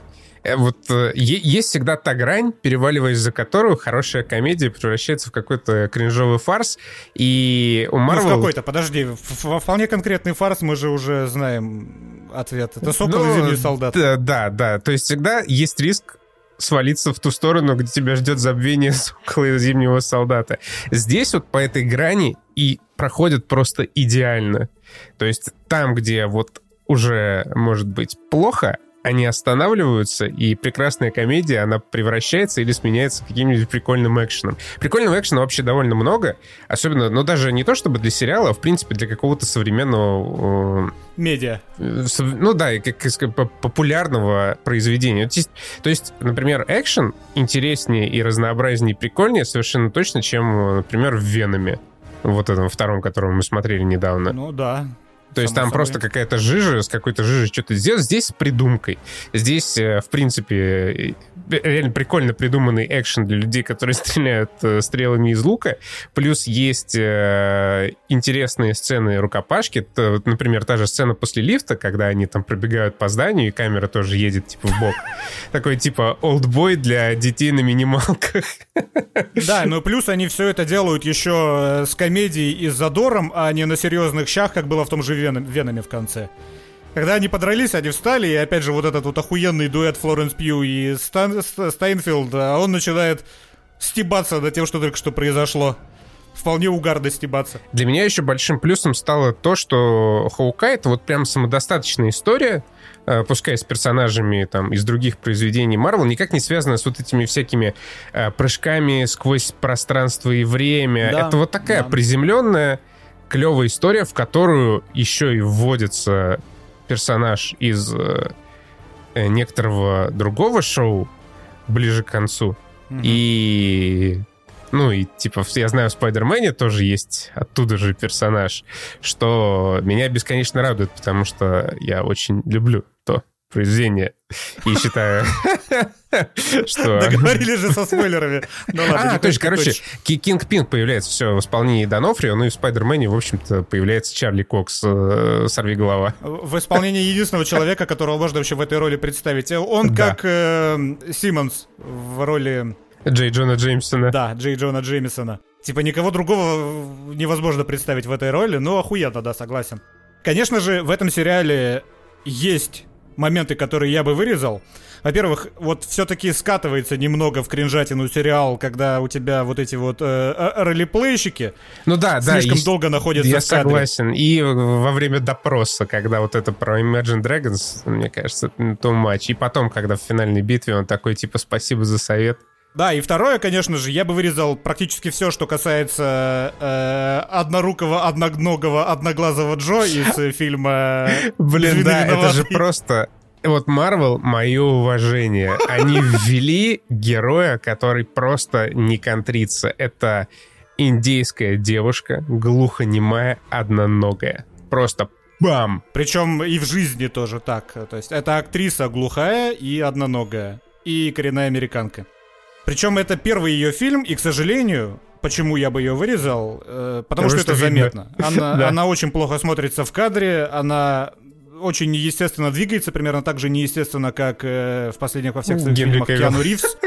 есть всегда та грань, переваливаясь за которую хорошая комедия превращается в какой-то кринжовый фарс, и у Marvel... в какой-то, подожди, во вполне конкретный фарс мы же уже знаем ответ. Это «Сокол и Зимний солдат». Да, то есть всегда есть риск свалиться в ту сторону, где тебя ждет забвение «Сокола и Зимнего солдата». Здесь вот по этой грани и проходит просто идеально. То есть там, где вот уже может быть плохо, они останавливаются, и прекрасная комедия, она превращается или сменяется каким-нибудь прикольным экшеном. Прикольного экшена вообще довольно много, особенно, ну, даже не то чтобы для сериала, а в принципе для какого-то современного... медиа. Ну да, как популярного произведения. То есть, например, экшен интереснее и разнообразнее, прикольнее совершенно точно, чем, например, в «Веноме». Вот этом втором, которого мы смотрели недавно. Ну да. То есть там просто какая-то жижа, с какой-то жижей что-то сделать. Здесь с придумкой. Здесь, в принципе, реально прикольно придуманный экшен для людей, которые стреляют стрелами из лука. Плюс есть интересные сцены рукопашки. Например, та же сцена после лифта, когда они там пробегают по зданию, и камера тоже едет типа в бок. Такой типа олдбой для детей на минималках. Да, но плюс они все это делают еще с комедией и с задором, а не на серьезных щах, как было в том же «Веноме» в конце. Когда они подрались, они встали, и опять же вот этот вот охуенный дуэт Флоренс Пью и Стайнфилда, он начинает стебаться над тем, что только что произошло. Вполне угарно стебаться. Для меня еще большим плюсом стало то, что Хоукай — это вот прям самодостаточная история, пускай с персонажами там из других произведений Marvel, никак не связана с вот этими всякими прыжками сквозь пространство и время. Да, это вот такая приземленная, клевая история, в которую еще и вводится персонаж из некоторого другого шоу ближе к концу. И... Ну, и типа, я знаю, в Спайдермене тоже есть оттуда же персонаж, что меня бесконечно радует, потому что я очень люблю то произведение. И считаю, что... Договорили же со спойлерами. Ну ладно. То есть, короче, Кинг Пинг появляется все в исполнении Донофрио, ну и в Спайдермене, в общем-то, появляется Чарли Кокс, сорвиголова. В исполнении единственного человека, которого можно вообще в этой роли представить. Он как Симмонс в роли... Джей Джона Джеймсона. Да, Джей Джона Джеймсона. Типа никого другого невозможно представить в этой роли, но охуенно, да, согласен. Конечно же, в этом сериале есть моменты, которые я бы вырезал. Во-первых, вот все-таки скатывается немного в кринжатину сериал, когда у тебя вот эти вот ролеплейщики слишком долго находятся в кадре. Я согласен. И во время допроса, когда вот это про Imagine Dragons, мне кажется, too much. И потом, когда в финальной битве он такой, типа, спасибо за совет. Да, и второе, конечно же, я бы вырезал практически все, что касается однорукого, одноногого, одноглазого Джо из фильма... Блин, да, это же просто... Вот Marvel, мое уважение. Они ввели героя, который просто не контрится. Это индейская девушка, глухонемая, одноногая. Просто бам! Причем и в жизни тоже так. То есть это актриса глухая и одноногая. И коренная американка. Причем это первый ее фильм, и, к сожалению, почему я бы ее вырезал, потому что это заметно. Она очень плохо смотрится в кадре, она очень неестественно двигается, примерно так же неестественно, как в последних во всех своих фильмах Киану Ривз.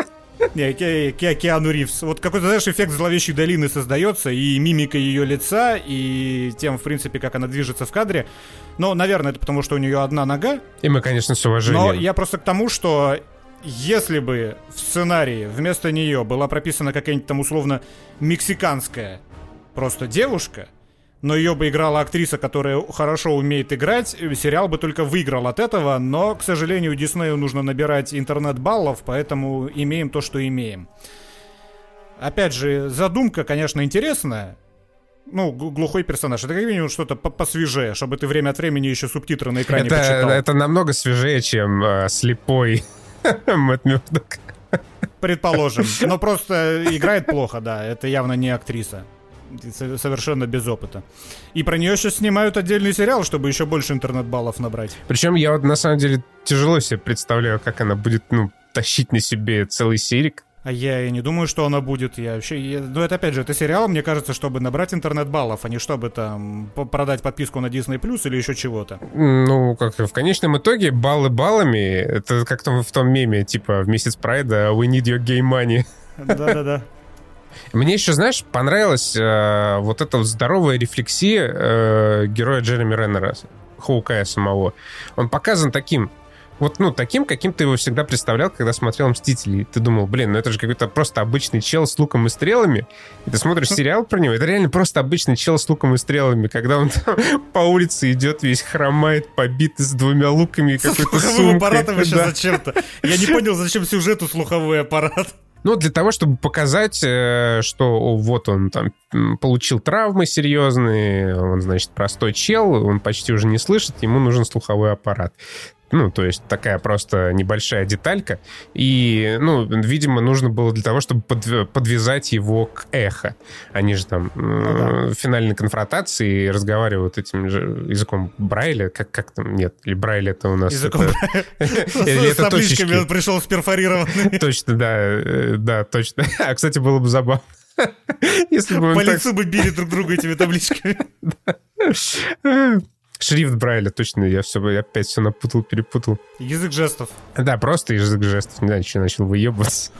Киану Ривз. Вот какой-то, знаешь, эффект зловещей долины создается, и мимика ее лица, и тем, в принципе, как она движется в кадре. Но, наверное, это потому, что у нее одна нога. И мы, конечно, с уважением. Но я просто к тому, что... Если бы в сценарии вместо нее была прописана какая-нибудь там условно мексиканская просто девушка, но ее бы играла актриса, которая хорошо умеет играть, сериал бы только выиграл от этого, но, к сожалению, Диснею нужно набирать интернет-баллов, поэтому имеем то, что имеем. Опять же, задумка, конечно, интересная. Ну, глухой персонаж. Это как минимум что-то посвежее, чтобы ты время от времени еще субтитры на экране почитал. Это намного свежее, чем слепой Мэтт Мёрдок. Предположим. Но просто играет плохо, да. Это явно не актриса. Совершенно без опыта. И про нее сейчас снимают отдельный сериал, чтобы еще больше интернет-баллов набрать. Причем я вот на самом деле тяжело себе представляю, как она будет, тащить на себе целый серик. А я и не думаю, что она будет. Ну, это опять же, это сериал, мне кажется, чтобы набрать интернет-баллов, а не чтобы там продать подписку на Disney Plus или еще чего-то. Ну, как в конечном итоге, баллы баллами, это как там в том меме, типа, в месяц Прайда «We need your gay money». Да-да-да. Мне еще, знаешь, понравилась вот эта вот здоровая рефлексия героя Джереми Реннера, Хоукая самого. Он показан таким, таким, каким ты его всегда представлял, когда смотрел «Мстителей». Ты думал, блин, это же какой-то просто обычный чел с луком и стрелами. И ты смотришь сериал про него, это реально просто обычный чел с луком и стрелами, когда он там по улице идет, весь хромает, побитый, с 2 луками и какой-то сумкой. Слуховым аппаратом еще зачем-то. Я не понял, зачем сюжету слуховой аппарат. Ну, для того, чтобы показать, что вот он там получил травмы серьезные, он, значит, простой чел, он почти уже не слышит, ему нужен слуховой аппарат. Ну, то есть такая просто небольшая деталька. И, видимо, нужно было для того, чтобы подвязать его к эхо. Они же там в финальной конфронтации разговаривают этим же языком Брайля. Как там? Нет, или Брайль это у нас... Языком Брайля. С табличками он пришел сперфорированный. Точно, да, точно. А, кстати, было бы забавно. По лицу бы били друг друга этими табличками. Шрифт Брайля, точно, я опять все напутал, перепутал. Язык жестов. Да, просто язык жестов. Не знаю, что начал выебываться.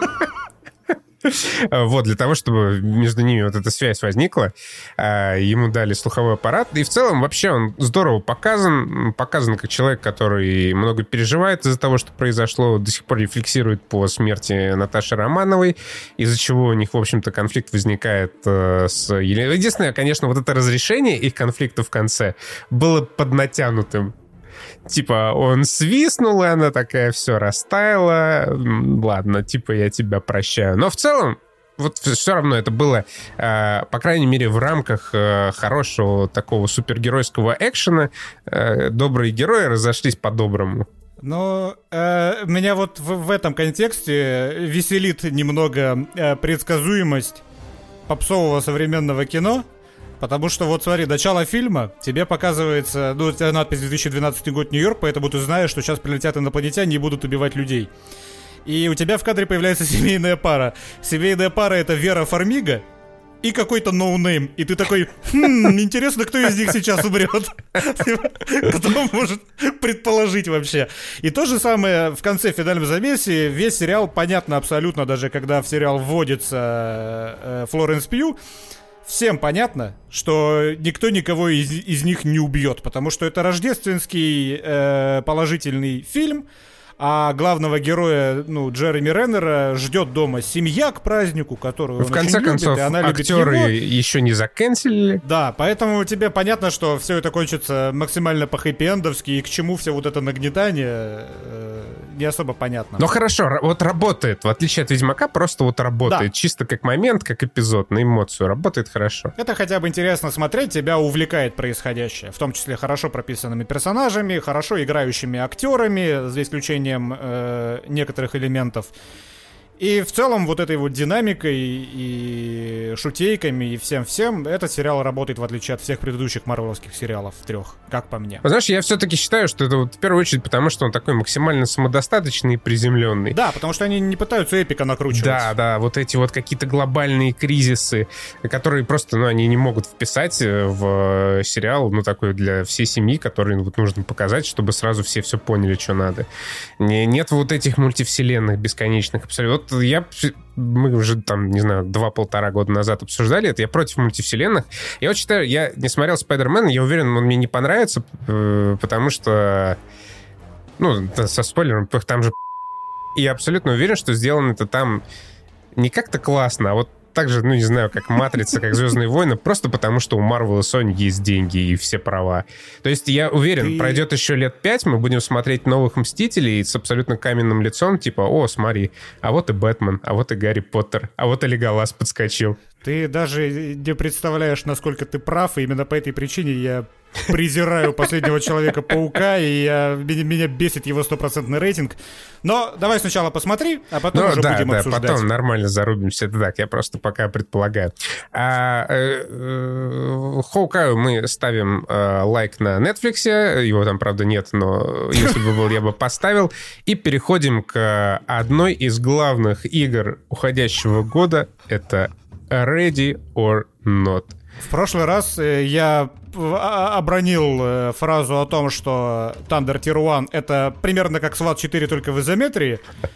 Вот, для того, чтобы между ними вот эта связь возникла, ему дали слуховой аппарат. И в целом вообще он здорово показан. Показан как человек, который много переживает из-за того, что произошло. До сих пор рефлексирует по смерти Наташи Романовой, из-за чего у них, в общем-то, конфликт возникает с Еленой. Единственное, конечно, вот это разрешение их конфликта в конце было поднатянутым. Типа, он свистнул, и она такая, все, растаяла. Ладно, типа, я тебя прощаю. Но в целом, вот все равно это было, по крайней мере, в рамках хорошего такого супергеройского экшена. Добрые герои разошлись по-доброму. Но меня вот в этом контексте веселит немного предсказуемость попсового современного кино. Потому что, вот смотри, начало фильма, тебе показывается, у тебя надпись 2012 год, Нью-Йорк, поэтому ты знаешь, что сейчас прилетят инопланетяне и будут убивать людей. И у тебя в кадре появляется семейная пара. Семейная пара — это Вера Фармига и какой-то ноунейм. И ты такой, интересно, кто из них сейчас умрет? Кто может предположить вообще? И то же самое в конце, в финальном замесе. Весь сериал, понятно абсолютно, даже когда в сериал вводится Флоренс Пью, всем понятно, что никто никого из них не убьет, потому что это рождественский положительный фильм, а главного героя, Джереми Реннера ждет дома семья к празднику, которую он очень любит, и она любит его. В конце концов, актеры еще не заканчивали. Да, поэтому тебе понятно, что все это кончится максимально по-хэппи-эндовски, и к чему все вот это нагнетание не особо понятно. Но хорошо, вот работает, в отличие от Ведьмака, просто вот работает, чисто как момент, как эпизод, на эмоцию, работает хорошо. Это хотя бы интересно смотреть, тебя увлекает происходящее, в том числе хорошо прописанными персонажами, хорошо играющими актерами, за исключением некоторых элементов. И в целом вот этой вот динамикой и шутейками и всем-всем этот сериал работает, в отличие от всех предыдущих марвеловских сериалов, 3, как по мне. Знаешь, я все-таки считаю, что это вот в первую очередь потому, что он такой максимально самодостаточный и приземленный. Да, потому что они не пытаются эпика накручивать. Да, вот эти вот какие-то глобальные кризисы, которые просто, они не могут вписать в сериал, такой для всей семьи, который вот нужно показать, чтобы сразу все поняли, что надо. Нет вот этих мультивселенных бесконечных абсолютно. Мы уже там, не знаю, 2-1,5 года назад обсуждали это. Я против мультивселенных. Я вот считаю, я не смотрел Спайдермена, я уверен, он мне не понравится, потому что, со спойлером, там же... И я абсолютно уверен, что сделано это там не как-то классно, а вот так же, не знаю, как «Матрица», как «Звездные войны», просто потому, что у Marvel и Sony есть деньги и все права. То есть я уверен, пройдет еще лет 5, мы будем смотреть новых «Мстителей» с абсолютно каменным лицом, типа, смотри, а вот и Бэтмен, а вот и Гарри Поттер, а вот и Леголас подскочил. Ты даже не представляешь, насколько ты прав, и именно по этой причине я презираю последнего Человека-паука, и меня бесит его 100% рейтинг. Но давай сначала посмотри, а потом уже будем обсуждать. Потом нормально зарубимся. Это так, я просто пока предполагаю. Хоукаю мы ставим лайк на Netflix. Его там, правда, нет, но если бы был, я бы поставил. И переходим к одной из главных игр уходящего года. Это Ready or Not. В прошлый раз я обронил фразу о том, что Thunder Tier 1 это примерно как SWAT 4, только в изометрии.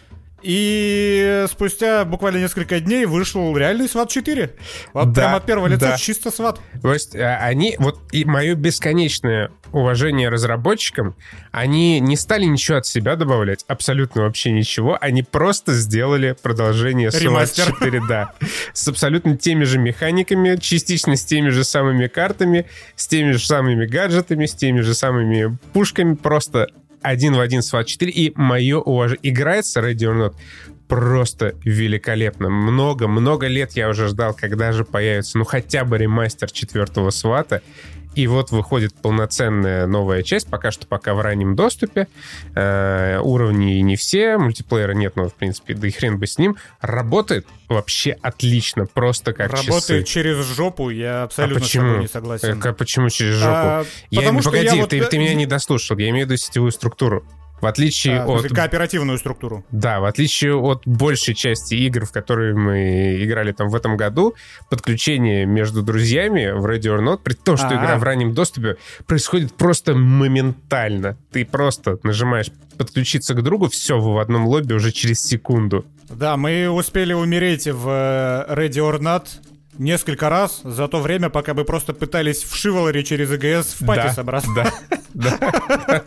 И спустя буквально несколько дней вышел реальный SWAT 4. Вот да, прямо от первого лица чисто SWAT. То есть они, вот и мое бесконечное уважение разработчикам, они не стали ничего от себя добавлять, абсолютно вообще ничего, они просто сделали продолжение SWAT 4, да, с абсолютно теми же механиками, частично с теми же самыми картами, с теми же самыми гаджетами, с теми же самыми пушками, просто один в один SWAT 4, и мое уважение. Играется Ready or Not просто великолепно. Много лет я уже ждал, когда же появится, хотя бы ремастер 4-го SWAT. И вот выходит полноценная новая часть, пока в раннем доступе. Уровни не все, мультиплеера нет, но, в принципе, да и хрен бы с ним. Работает вообще отлично, просто как Работает часы. через жопу, я абсолютно с тобой не согласен. Почему через жопу? Ты меня не дослушал, я имею в виду сетевую структуру. В отличие от... Кооперативную структуру. Да, в отличие от большей части игр, в которые мы играли там в этом году, подключение между друзьями в Ready or Not, при том, что игра в раннем доступе, происходит просто моментально. Ты просто нажимаешь подключиться к другу, все, вы в одном лобби уже через секунду. Да, мы успели умереть в Ready or Not несколько раз за то время, пока мы просто пытались в Chivalry через EGS в пати собраться. Да.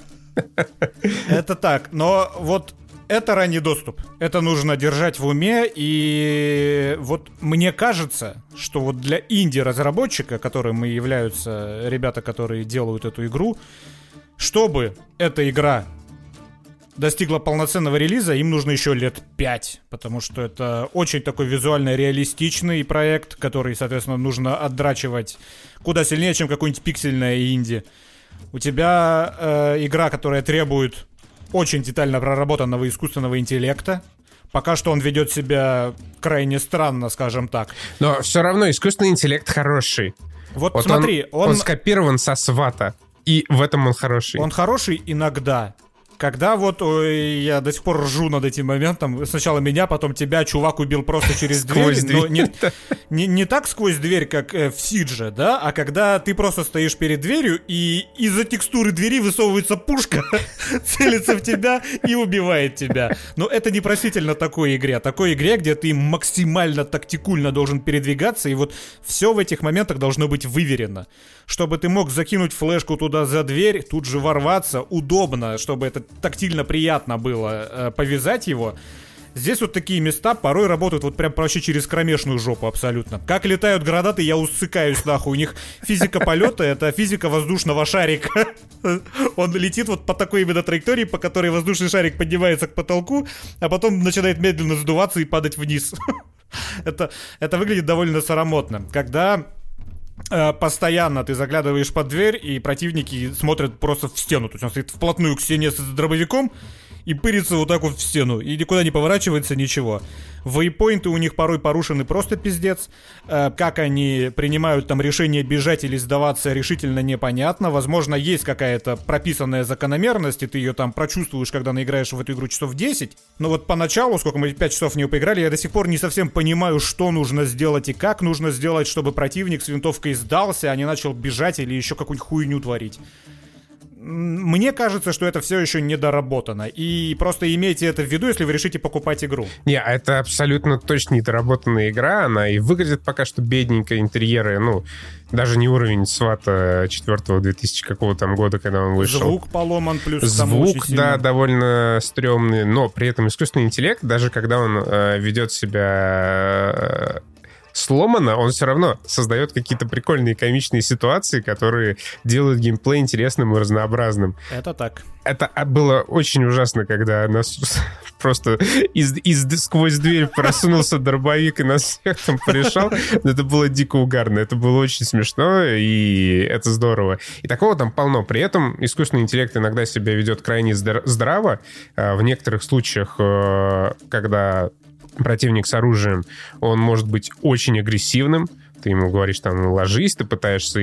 Это так, но вот это ранний доступ. Это нужно держать в уме, и вот мне кажется, что вот для инди-разработчика, которым и являются ребята, которые делают эту игру, чтобы эта игра достигла полноценного релиза, им нужно еще лет 5, потому что это очень такой визуально реалистичный проект, который, соответственно, нужно отдрачивать куда сильнее, чем какое-нибудь пиксельное инди. У тебя игра, которая требует очень детально проработанного искусственного интеллекта. Пока что он ведет себя крайне странно, скажем так. Но все равно искусственный интеллект хороший. Вот смотри, он скопирован со свата, и в этом он хороший. Он хороший иногда. Когда вот я до сих пор ржу над этим моментом, сначала меня, потом тебя, чувак убил просто через дверь. Но не так сквозь дверь, как в Сидже, да, а когда ты просто стоишь перед дверью, и из-за текстуры двери высовывается пушка, целится в тебя и убивает тебя. Но это непростительно такой игре. Такой игре, где ты максимально тактикульно должен передвигаться, и вот все в этих моментах должно быть выверено. Чтобы ты мог закинуть флешку туда за дверь, тут же ворваться, удобно, чтобы это тактильно приятно было повязать его. Здесь вот такие места порой работают вот прям вообще через кромешную жопу абсолютно. Как летают гранаты, я усыкаюсь нахуй. У них физика полета — это физика воздушного шарика. Он летит вот по такой именно траектории, по которой воздушный шарик поднимается к потолку, а потом начинает медленно сдуваться и падать вниз. Это выглядит довольно срамотно. Когда постоянно ты заглядываешь под дверь, и противники смотрят просто в стену. То есть он стоит вплотную к стене с дробовиком и пырится вот так вот в стену, и никуда не поворачивается, ничего. Вейпоинты у них порой порушены просто пиздец. Как они принимают там решение бежать или сдаваться, решительно непонятно. Возможно, есть какая-то прописанная закономерность, и ты ее там прочувствуешь, когда наиграешь в эту игру часов 10. Но вот поначалу, сколько мы 5 часов в нее поиграли, я до сих пор не совсем понимаю, что нужно сделать и как нужно сделать, чтобы противник с винтовкой сдался, а не начал бежать или еще какую-нибудь хуйню творить. Мне кажется, что это все еще недоработано. И просто имейте это в виду, если вы решите покупать игру. Не, это абсолютно точно недоработанная игра. Она и выглядит пока что бедненько. Интерьеры, даже не уровень SWAT 4-го 2000 какого там года, когда он вышел. Звук поломан, плюс звук, да, довольно стрёмный. Но при этом искусственный интеллект, даже когда он ведет себя сломано, он все равно создает какие-то прикольные комичные ситуации, которые делают геймплей интересным и разнообразным. Это так. Это было очень ужасно, когда нас просто сквозь дверь просунулся дробовик и нас всех там порешал. Это было дико угарно, это было очень смешно, и это здорово. И такого там полно. При этом искусственный интеллект иногда себя ведет крайне здраво. В некоторых случаях, когда противник с оружием, он может быть очень агрессивным. Ты ему говоришь, там, ложись, ты пытаешься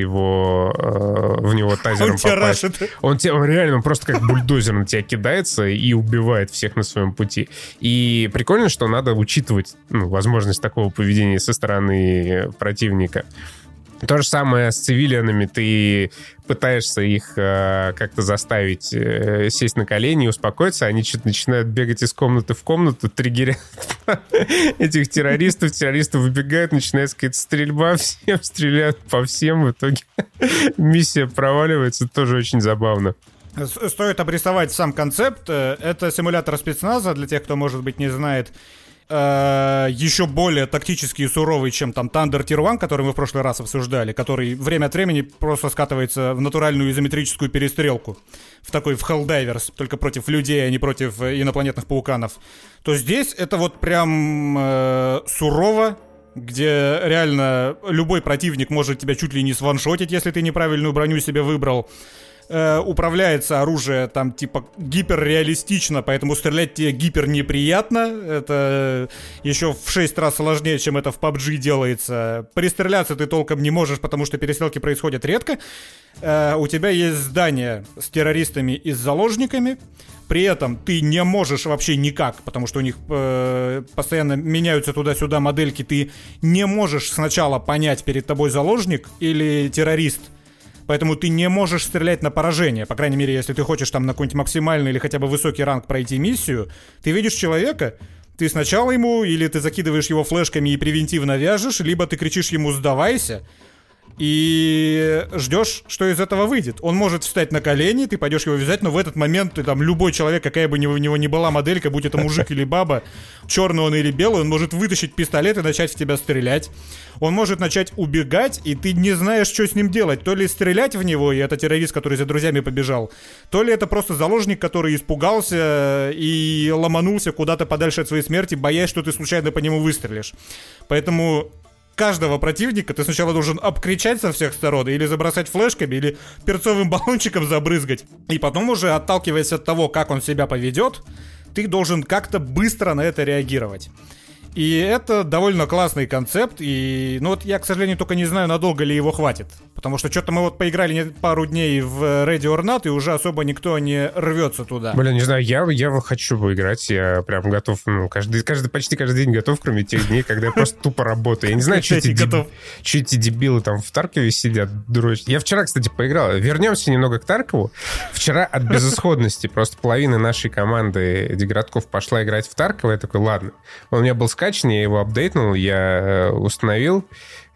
в него тазером попасть. Он реально, он просто как бульдозер на тебя кидается и убивает всех на своем пути. И прикольно, что надо учитывать возможность такого поведения со стороны противника. То же самое с цивилианами. Ты пытаешься их как-то заставить сесть на колени и успокоиться. Они что-то начинают бегать из комнаты в комнату, триггерят этих террористов. Террористы выбегают, начинается какая-то стрельба. Всем стреляют по всем. В итоге миссия проваливается. Тоже очень забавно. Стоит обрисовать сам концепт. Это симулятор спецназа, для тех, кто, может быть, не знает. Еще более тактический и суровый, чем там Thunder Tier 1, который мы в прошлый раз обсуждали, который время от времени просто скатывается в натуральную изометрическую перестрелку. В Helldivers, только против людей, а не против инопланетных пауканов. То здесь это вот прям сурово, где реально любой противник может тебя чуть ли не сваншотить, если ты неправильную броню себе выбрал. Управляется оружие там типа гиперреалистично, поэтому стрелять тебе гипер неприятно. Это еще в 6 раз сложнее, чем это в PUBG делается. Пристреляться ты толком не можешь, потому что перестрелки происходят редко. У тебя есть здание с террористами и с заложниками. При этом ты не можешь вообще никак, потому что у них постоянно меняются туда-сюда модельки. Ты не можешь сначала понять, перед тобой заложник или террорист. Поэтому ты не можешь стрелять на поражение. По крайней мере, если ты хочешь там на какой-нибудь максимальный или хотя бы высокий ранг пройти миссию, ты видишь человека, ты сначала ему или ты закидываешь его флешками и превентивно вяжешь, либо ты кричишь ему «сдавайся», и ждешь, что из этого выйдет. Он может встать на колени, ты пойдешь его вязать, но в этот момент ты там любой человек, какая бы у него ни была моделька, будь это мужик или баба, черный он или белый, он может вытащить пистолет и начать в тебя стрелять. Он может начать убегать, и ты не знаешь, что с ним делать. То ли стрелять в него, и это террорист, который за друзьями побежал, то ли это просто заложник, который испугался и ломанулся куда-то подальше от своей смерти, боясь, что ты случайно по нему выстрелишь. Поэтому каждого противника ты сначала должен обкричать со всех сторон, или забросать флешками, или перцовым баллончиком забрызгать. И потом уже, отталкиваясь от того, как он себя поведет, ты должен как-то быстро на это реагировать. И это довольно классный концепт, и вот я, к сожалению, только не знаю, надолго ли его хватит. Потому что что-то мы вот поиграли пару дней в Ready or Not, и уже особо никто не рвется туда. Блин, не знаю, я хочу поиграть, я прям готов, почти каждый день готов, кроме тех дней, когда я просто тупо работаю. Я не знаю, что эти дебилы там в Таркове сидят, дрочат. Я вчера, кстати, поиграл. Вернемся немного к Таркову. Вчера от безысходности просто половина нашей команды деградков пошла играть в Таркова. Я такой, ладно. Он у меня был скачан, я его апдейтнул, я установил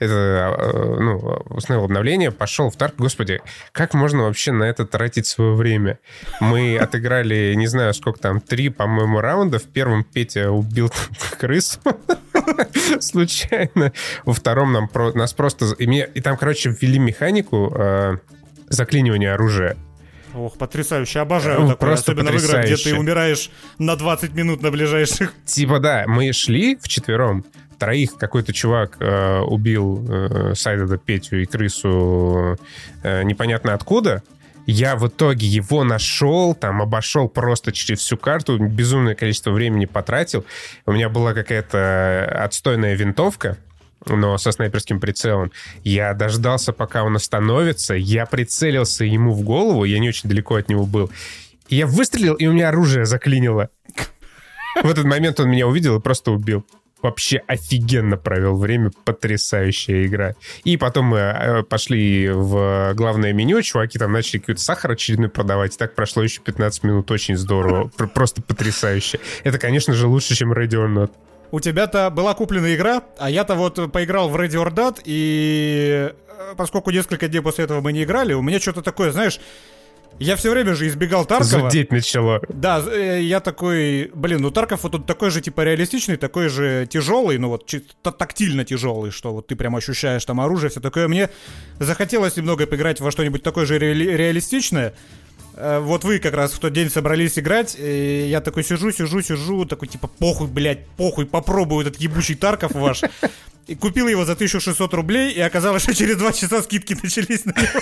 обновление, пошел в Тарк. Господи, как можно вообще на это тратить свое время? Мы отыграли, не знаю, сколько там, 3, по-моему, раунда. В первом Петя убил крысу случайно. Во втором нас просто... И там, короче, ввели механику заклинивания оружия. Ох, потрясающе, обожаю такое, просто особенно в играх, где ты умираешь на 20 минут на ближайших. Типа, да, мы шли вчетвером, троих какой-то чувак убил Сайда, Петю и крысу непонятно откуда. Я в итоге его нашел, там обошел просто через всю карту, безумное количество времени потратил. У меня была какая-то отстойная винтовка, но со снайперским прицелом. Я дождался, пока он остановится, я прицелился ему в голову, я не очень далеко от него был. И я выстрелил, и у меня оружие заклинило. В этот момент он меня увидел и просто убил. Вообще офигенно провел время, потрясающая игра. И потом мы пошли в главное меню, чуваки там начали какой-то сахар очередной продавать, и так прошло еще 15 минут, очень здорово, просто потрясающе. Это, конечно же, лучше, чем Ready or Not. У тебя-то была куплена игра, а я-то вот поиграл в Ready or Not, и поскольку несколько дней после этого мы не играли, у меня что-то такое, знаешь, Я все время же избегал Таркова. Зудеть начало. Да, я такой, Тарков вот он такой же, типа, реалистичный, такой же тяжелый, ну вот тактильно тяжелый, что вот ты прям ощущаешь там оружие, все такое. Мне захотелось немного поиграть во что-нибудь такое же реалистичное. Вот вы как раз в тот день собрались играть, и я такой сижу, такой типа, похуй, попробую этот ебучий Тарков ваш. И купил его за 1600 рублей, и оказалось, что через 2 часа скидки начались на него.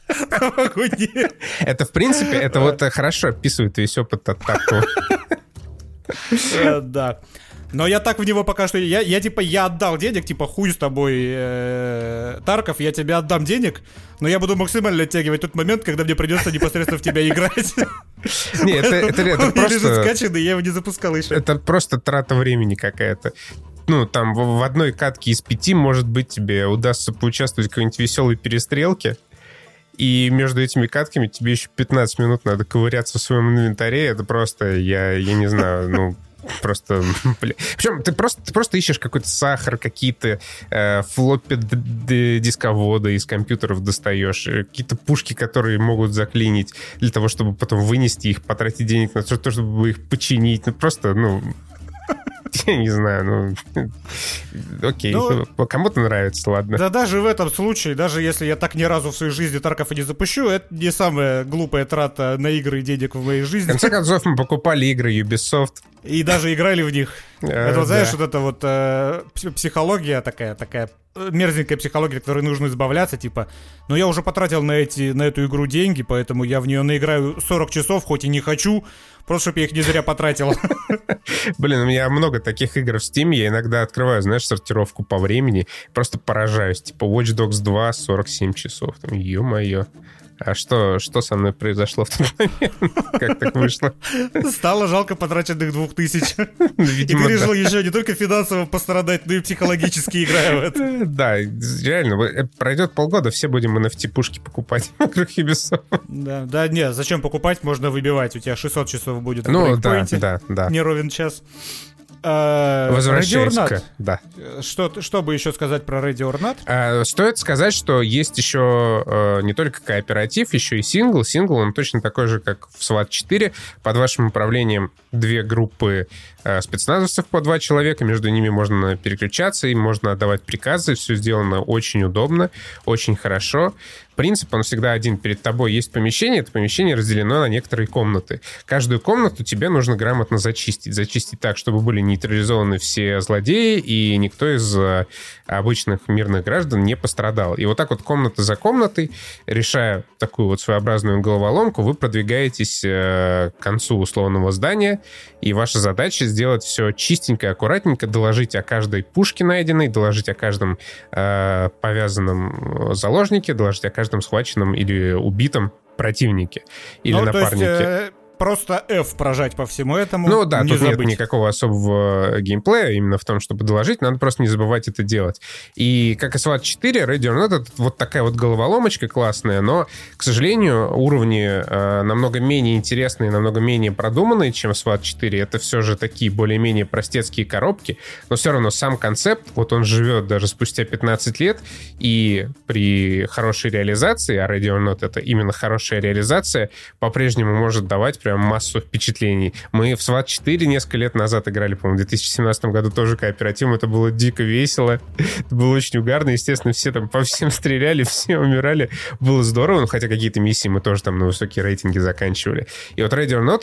Это, в принципе, это вот хорошо описывает весь опыт от Таркова. Да. Но я так в него пока что... Я отдал денег, типа, хуй с тобой, Тарков, я тебе отдам денег, но я буду максимально оттягивать тот момент, когда мне придется непосредственно в тебя играть. Не, это просто... лежит скачанный, я его не запускал еще. Это просто трата времени какая-то. Ну, там, в одной катке из 5, может быть, тебе удастся поучаствовать в какой-нибудь веселой перестрелке, и между этими катками тебе еще 15 минут надо ковыряться в своем инвентаре. Это просто, я не знаю, ну, просто... Причем ты просто ищешь какой-то сахар, какие-то флоппи-дисководы из компьютеров достаешь, какие-то пушки, которые могут заклинить для того, чтобы потом вынести их, потратить денег на то, чтобы их починить. Ну, просто, ну... Я не знаю, окей, кому-то нравится, ладно. Да даже в этом случае, даже если я так ни разу в своей жизни Тарков и не запущу, это не самая глупая трата на игры и денег в моей жизни. В конце концов, мы покупали игры Ubisoft. И даже играли в них. Это, знаешь, вот эта вот психология такая мерзенькая психология, от которой нужно избавляться, типа, но я уже потратил на эту игру деньги, поэтому я в нее наиграю 40 часов, хоть и не хочу, просто чтобы я их не зря потратил. Блин, у меня много таких игр в Steam, я иногда открываю, знаешь, сортировку по времени, просто поражаюсь, типа Watch Dogs 2 47 часов, там, ё-моё. А что со мной произошло в тот момент? Как так вышло? Стало жалко потраченных 2000. И ты решил еще не только финансово пострадать, но и психологически играя в это. Да, реально. Пройдет полгода, все будем NFT-пушки покупать в играх Ubisoft. Да, не, зачем покупать? Можно выбивать. У тебя 600 часов будет. Ну, да. Не ровен час. Возвращаясь к... Да. Что бы еще сказать про Ready or Not? Стоит сказать, что есть еще не только кооператив, еще и сингл. Сингл, он точно такой же, как в SWAT 4. Под вашим управлением 2 группы спецназовцев по 2 человека. Между ними можно переключаться, им можно отдавать приказы. Все сделано очень удобно, очень хорошо. Принцип, он всегда один. Перед тобой есть помещение, это помещение разделено на некоторые комнаты. Каждую комнату тебе нужно грамотно зачистить. Зачистить так, чтобы были нейтрализованы все злодеи, и никто из обычных мирных граждан не пострадал. И вот так вот комната за комнатой, решая такую вот своеобразную головоломку, вы продвигаетесь к концу условного здания, и ваша задача сделать все чистенько, аккуратненько, доложить о каждой пушке найденной, доложить о каждом повязанном заложнике, доложить о каждом схваченном или убитом противнике или напарнике. То есть, просто F прожать по всему этому. Ну да, тут забыть. Нет никакого особого геймплея именно в том, чтобы доложить, надо просто не забывать это делать. И как и SWAT 4, Ready or Not — это вот такая вот головоломочка классная, но, к сожалению, уровни намного менее интересные, намного менее продуманные, чем SWAT 4. Это все же такие более-менее простецкие коробки, но все равно сам концепт, вот он живет даже спустя 15 лет, и при хорошей реализации, а Ready or Not — это именно хорошая реализация, по-прежнему может давать прям массу впечатлений. Мы в SWAT 4 несколько лет назад играли, по-моему, в 2017 году тоже кооперативом. Это было дико весело. Это было очень угарно. Естественно, все там по всем стреляли, все умирали. Было здорово, но хотя какие-то миссии мы тоже там на высокие рейтинги заканчивали. И вот Ready or Not,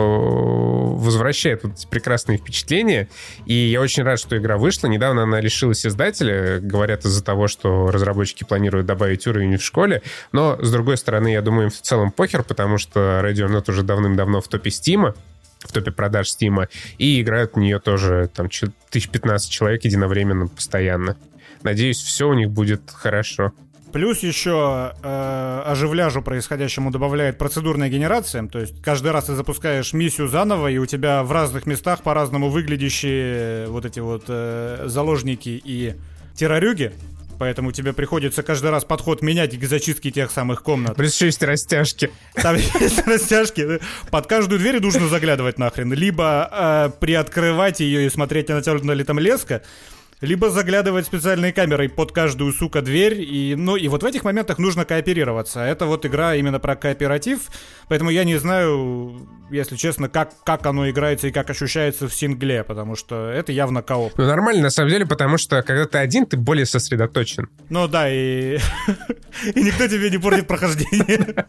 он возвращает вот эти прекрасные впечатления. И я очень рад, что игра вышла. Недавно она лишилась издателя. Говорят, из-за того, что разработчики планируют добавить уровень в школе. Но, с другой стороны, я думаю, им в целом похер, потому что Ready or Not уже давным-давно в топе Стима, в топе продаж Стима, и играют в нее тоже там 1015 человек единовременно, постоянно. Надеюсь, все у них будет хорошо. Плюс еще оживляжу происходящему добавляет процедурная генерация, то есть каждый раз ты запускаешь миссию заново, и у тебя в разных местах по-разному выглядящие вот эти вот заложники и террорюги. Поэтому тебе приходится каждый раз подход менять к зачистке тех самых комнат. Плюс еще есть растяжки. Там есть растяжки. Под каждую дверь нужно заглядывать нахрен. Либо приоткрывать ее и смотреть, натянута ли там леска, либо заглядывать специальной камерой под каждую, сука, дверь. И вот в этих моментах нужно кооперироваться. Это вот игра именно про кооператив, поэтому я не знаю, если честно, как оно играется и как ощущается в сингле, потому что это явно кооп. Ну, нормально, на самом деле, потому что когда ты один, ты более сосредоточен. Ну да, и никто тебе не портит прохождение.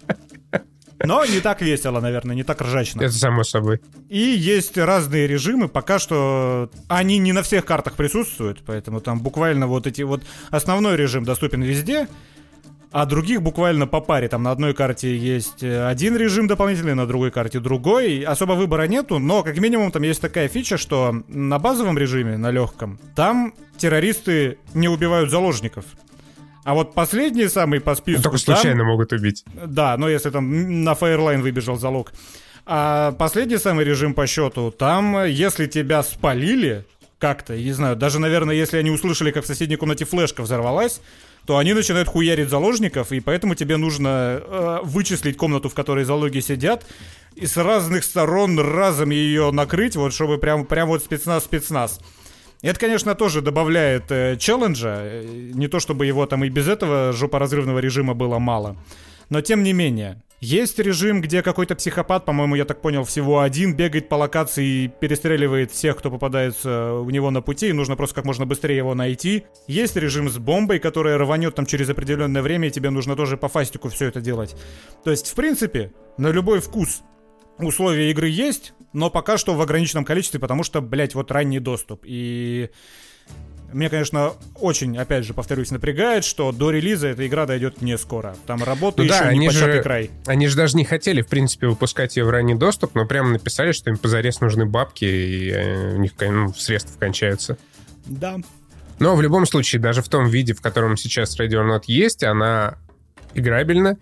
Но не так весело, наверное, не так ржачно. Это само собой. И есть разные режимы, пока что они не на всех картах присутствуют, поэтому там буквально вот эти вот... Основной режим доступен везде, а других буквально по паре. Там на одной карте есть один режим дополнительный, на другой карте другой. Особо выбора нету, но как минимум там есть такая фича, что на базовом режиме, на легком, там террористы не убивают заложников. А вот последний самый по списку... Только случайно могут убить. Да, но если там на Firelight выбежал залог. А последний самый режим по счету, там, если тебя спалили как-то, не знаю, даже, наверное, если они услышали, как в соседней комнате флешка взорвалась, то они начинают хуярить заложников, и поэтому тебе нужно вычислить комнату, в которой залоги сидят, и с разных сторон разом ее накрыть, вот чтобы прям вот спецназ. Это, конечно, тоже добавляет челленджа. Не то чтобы его там и без этого жопоразрывного режима было мало. Но тем не менее. Есть режим, где какой-то психопат, по-моему, я так понял, всего один, бегает по локации и перестреливает всех, кто попадается у него на пути, и нужно просто как можно быстрее его найти. Есть режим с бомбой, которая рванет там через определенное время, и тебе нужно тоже по фастику все это делать. То есть, в принципе, на любой вкус условия игры есть, но пока что в ограниченном количестве, потому что, блять, вот ранний доступ. И мне, конечно, очень, опять же, повторюсь, напрягает, что до релиза эта игра дойдет не скоро. Там работа еще не початый край. Они же даже не хотели, в принципе, выпускать ее в ранний доступ, но прямо написали, что им позарез нужны бабки, и у них средства кончаются. Да. Но в любом случае, даже в том виде, в котором сейчас Radio Not есть, она играбельна,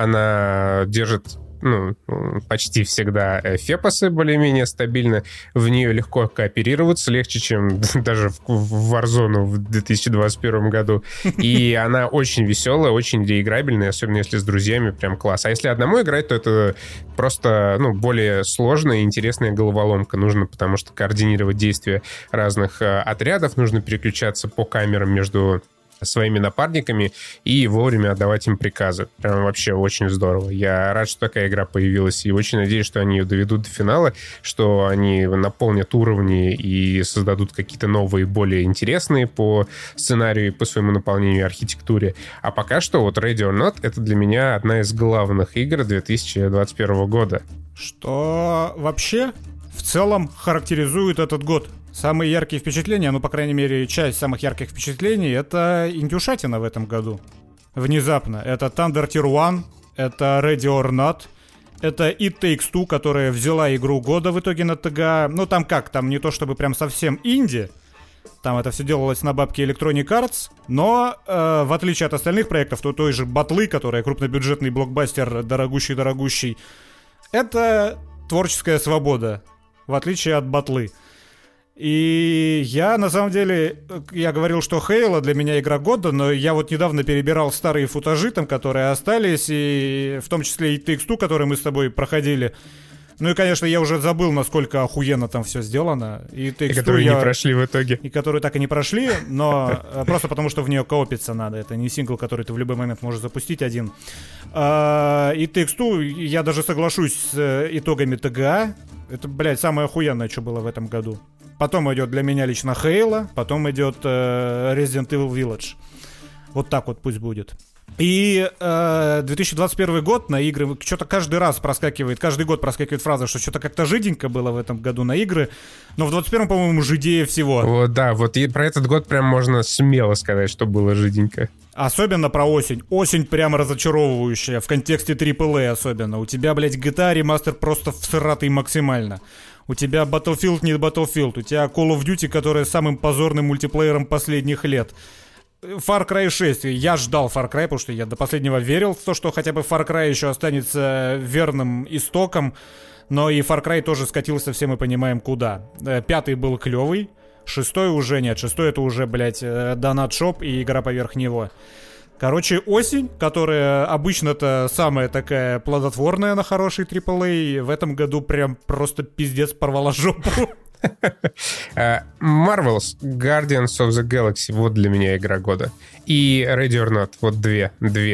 она держит... почти всегда фепосы более-менее стабильно. В нее легко кооперироваться, легче, чем даже в Warzone в 2021 году. И она очень веселая, очень реиграбельная, особенно если с друзьями, прям класс. А если одному играть, то это просто, более сложная и интересная головоломка. Нужно, потому что координировать действия разных отрядов, нужно переключаться по камерам между своими напарниками и вовремя отдавать им приказы. Прям вообще очень здорово. Я рад, что такая игра появилась, и очень надеюсь, что они ее доведут до финала, что они наполнят уровни и создадут какие-то новые, более интересные по сценарию и по своему наполнению и архитектуре. А пока что вот Radio Not — это для меня одна из главных игр 2021 года. Что вообще в целом характеризует этот год? Самые яркие впечатления, по крайней мере, часть самых ярких впечатлений, это индюшатина в этом году. Внезапно. Это Thunder Tier 1, это Ready or Not, это It Takes Two, которая взяла игру года в итоге на ТГА. Там не то чтобы прям совсем инди, там это все делалось на бабке Electronic Arts, но в отличие от остальных проектов, той же Батлы, которая крупнобюджетный блокбастер, дорогущий, это творческая свобода, в отличие от Батлы. И я, на самом деле, я говорил, что Halo для меня игра года, но я вот недавно перебирал старые футажи, там, которые остались, и в том числе и It Takes Two, который мы с тобой проходили. И, конечно, я уже забыл, насколько охуенно там все сделано. И которые не прошли в итоге. И которые так и не прошли, но просто потому, что в нее коопиться надо. Это не сингл, который ты в любой момент можешь запустить один. И It Takes Two, я даже соглашусь с итогами ТГА. Это, самое охуенное, что было в этом году. Потом идет для меня лично Halo, потом идет Resident Evil Village. Вот так вот пусть будет. И 2021 год на игры что-то каждый год проскакивает фраза, что что-то как-то жиденько было в этом году на игры, но в 2021, по-моему, жидее всего. Вот, да, вот и про этот год прям можно смело сказать, что было жиденько. Особенно про осень. Осень прямо разочаровывающая, в контексте AAA особенно. У тебя, GTA ремастер просто всратый максимально. У тебя Battlefield не Battlefield, у тебя Call of Duty, которая самым позорным мультиплеером последних лет. Far Cry 6. Я ждал Far Cry, потому что я до последнего верил в то, что хотя бы Far Cry еще останется верным истоком. Но и Far Cry тоже скатился, все мы понимаем, куда. 5 был клевый, 6 уже нет. 6 это уже, донат-шоп и игра поверх него. Короче, осень, которая обычно-то самая такая плодотворная на хороший AAA, в этом году прям просто пиздец порвала жопу. Marvel's Guardians of the Galaxy. Вот для меня игра года. И Ready or Not. Вот две.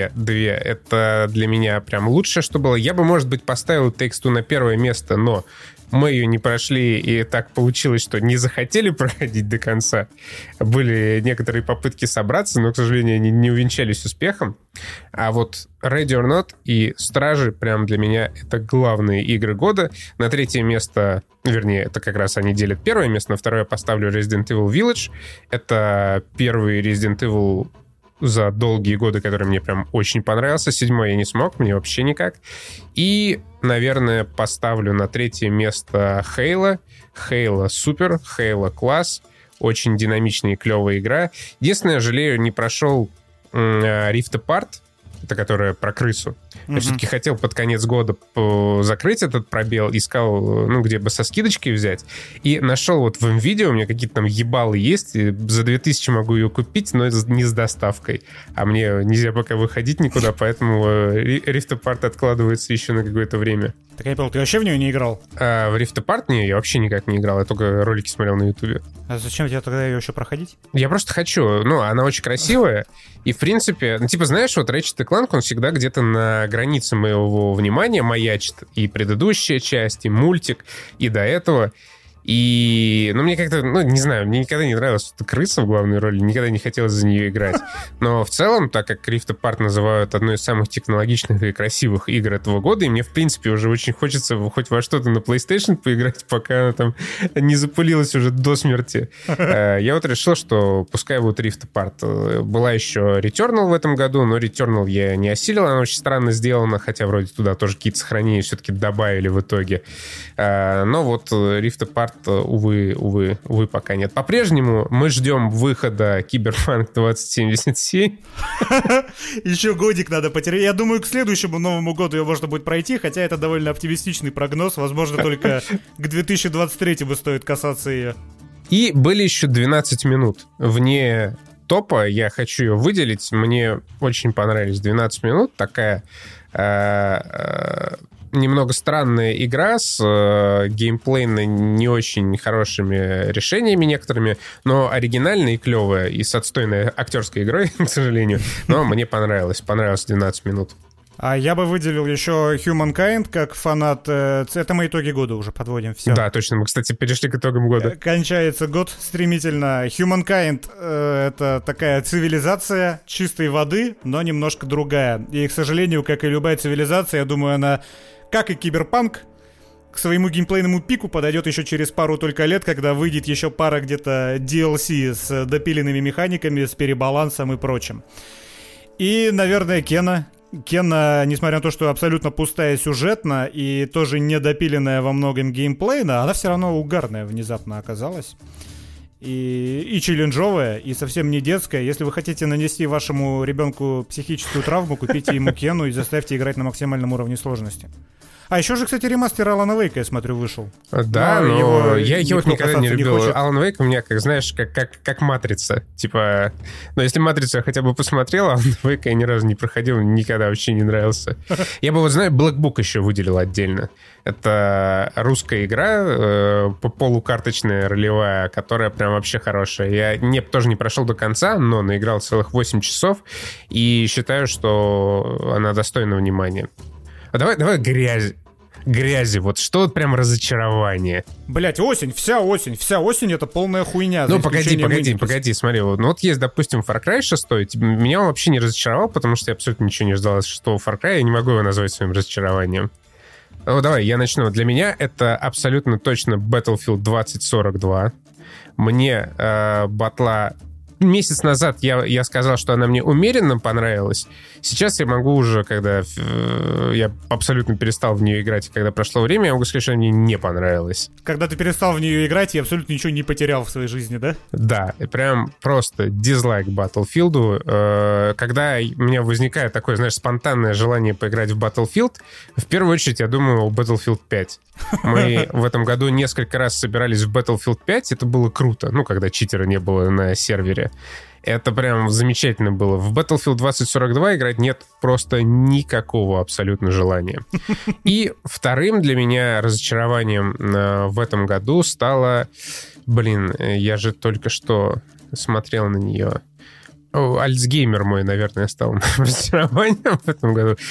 Это для меня прям лучшее, что было. Я бы, может быть, поставил Takes Two на первое место, но мы ее не прошли, и так получилось, что не захотели проходить до конца. Были некоторые попытки собраться, но, к сожалению, они не увенчались успехом. А вот Ready or Not и Стражи прям для меня это главные игры года. На третье место, вернее, это как раз они делят первое место, на второе поставлю Resident Evil Village. Это первый Resident Evil за долгие годы, который мне прям очень понравился. Седьмой я не смог, мне вообще никак. И, наверное, поставлю на третье место Halo. Halo супер, Halo класс. Очень динамичная и клевая игра. Единственное, жалею, не прошел Rift Apart, это которая про крысу. Я все-таки хотел под конец года закрыть этот пробел, искал, ну, где бы со скидочкой взять, и нашел вот в NVIDIA, у меня какие-то там ебалы есть, и за 2000 могу ее купить, но это не с доставкой. А мне нельзя пока выходить никуда, поэтому Rift Apart откладывается еще на какое-то время. Так я понял, ты вообще в нее не играл? В Rift Apart не, я вообще никак не играл, я только ролики смотрел на Ютубе. А зачем тебе тогда ее еще проходить? Я просто хочу, ну, она очень красивая, и, в принципе, ну, типа, знаешь, вот Ratchet & Clank, он всегда где-то на границе моего внимания маячит. И предыдущая часть, и мультик, и до этого. И, ну, мне как-то, ну, не знаю, мне никогда не нравилась эта крыса в главной роли, никогда не хотелось за нее играть. Но в целом, так как Rift Apart называют одной из самых технологичных и красивых игр этого года, и мне, в принципе, уже очень хочется хоть во что-то на PlayStation поиграть, пока она там не запылилась уже до смерти. Я вот решил, что пускай будет Rift Apart. Была еще Returnal в этом году, но Returnal я не осилил, она очень странно сделана, хотя вроде туда тоже какие-то сохранения все-таки добавили в итоге. Но вот Rift Apart, увы, пока нет. По-прежнему мы ждем выхода Cyberpunk 2077. Еще годик надо потерять. Я думаю, к следующему Новому году ее можно будет пройти, хотя это довольно оптимистичный прогноз. Возможно, только к 2023-му стоит касаться ее. И были еще 12 минут вне топа. Я хочу ее выделить. Мне очень понравились 12 минут. Такая немного странная игра с геймплейно не очень хорошими решениями некоторыми, но оригинальная и клевая, и с отстойной актерской игрой, к сожалению. Но мне понравилось 12 минут. А я бы выделил еще Humankind как фанат. Это мы итоги года уже подводим. Все. Да, точно. Мы, кстати, перешли к итогам года. Кончается год стремительно. Humankind — это такая цивилизация чистой воды, но немножко другая. И, к сожалению, как и любая цивилизация, я думаю, она, как и Киберпанк, к своему геймплейному пику подойдет еще через пару только лет, когда выйдет еще пара где-то DLC с допиленными механиками, с перебалансом и прочим. И, наверное, Кена, несмотря на то, что абсолютно пустая сюжетно и тоже недопиленная во многом геймплейно, она все равно угарная внезапно оказалась. И челленджовая, и совсем не детская. Если вы хотите нанести вашему ребенку психическую травму, купите ему Кену и заставьте играть на максимальном уровне сложности. А еще же, кстати, ремастер Алана Вейка, я смотрю, вышел. Да, но я вот никогда не любил. Алан Вейк у меня, как, знаешь, как Матрица. Типа, ну, если Матрицу я хотя бы посмотрел, Алан Вейка я ни разу не проходил, никогда вообще не нравился. Я бы, вот, знаю, Black Book еще выделил отдельно. Это русская игра, полукарточная, ролевая, которая прям вообще хорошая. Я тоже не прошел до конца, но наиграл целых 8 часов, и считаю, что она достойна внимания. А давай грязи, вот что вот прям разочарование. Блять, вся осень это полная хуйня. Ну погоди, смотри, ну вот есть, допустим, Far Cry 6, меня он вообще не разочаровал, потому что я абсолютно ничего не ждал от 6 Far Cry, я не могу его назвать своим разочарованием. Ну давай, я начну. Для меня это абсолютно точно Battlefield 2042. Мне батла... Месяц назад я сказал, что она мне умеренно понравилась. Сейчас я могу уже, когда я абсолютно перестал в нее играть, и когда прошло время, я могу сказать, что она мне не понравилась. Когда ты перестал в нее играть, я абсолютно ничего не потерял в своей жизни, да? Да, прям просто дизлайк Battlefield. Когда у меня возникает такое, знаешь, спонтанное желание поиграть в Battlefield, в первую очередь я думаю о Battlefield 5. Мы в этом году несколько раз собирались в Battlefield 5, это было круто, ну, когда читера не было на сервере. вообще. Это прям замечательно было. В Battlefield 2042 играть нет просто никакого абсолютно желания. И вторым для меня разочарованием в этом году стало... я же только что смотрел на нее... Альцгеймер мой, наверное, стал разочарованием в этом году.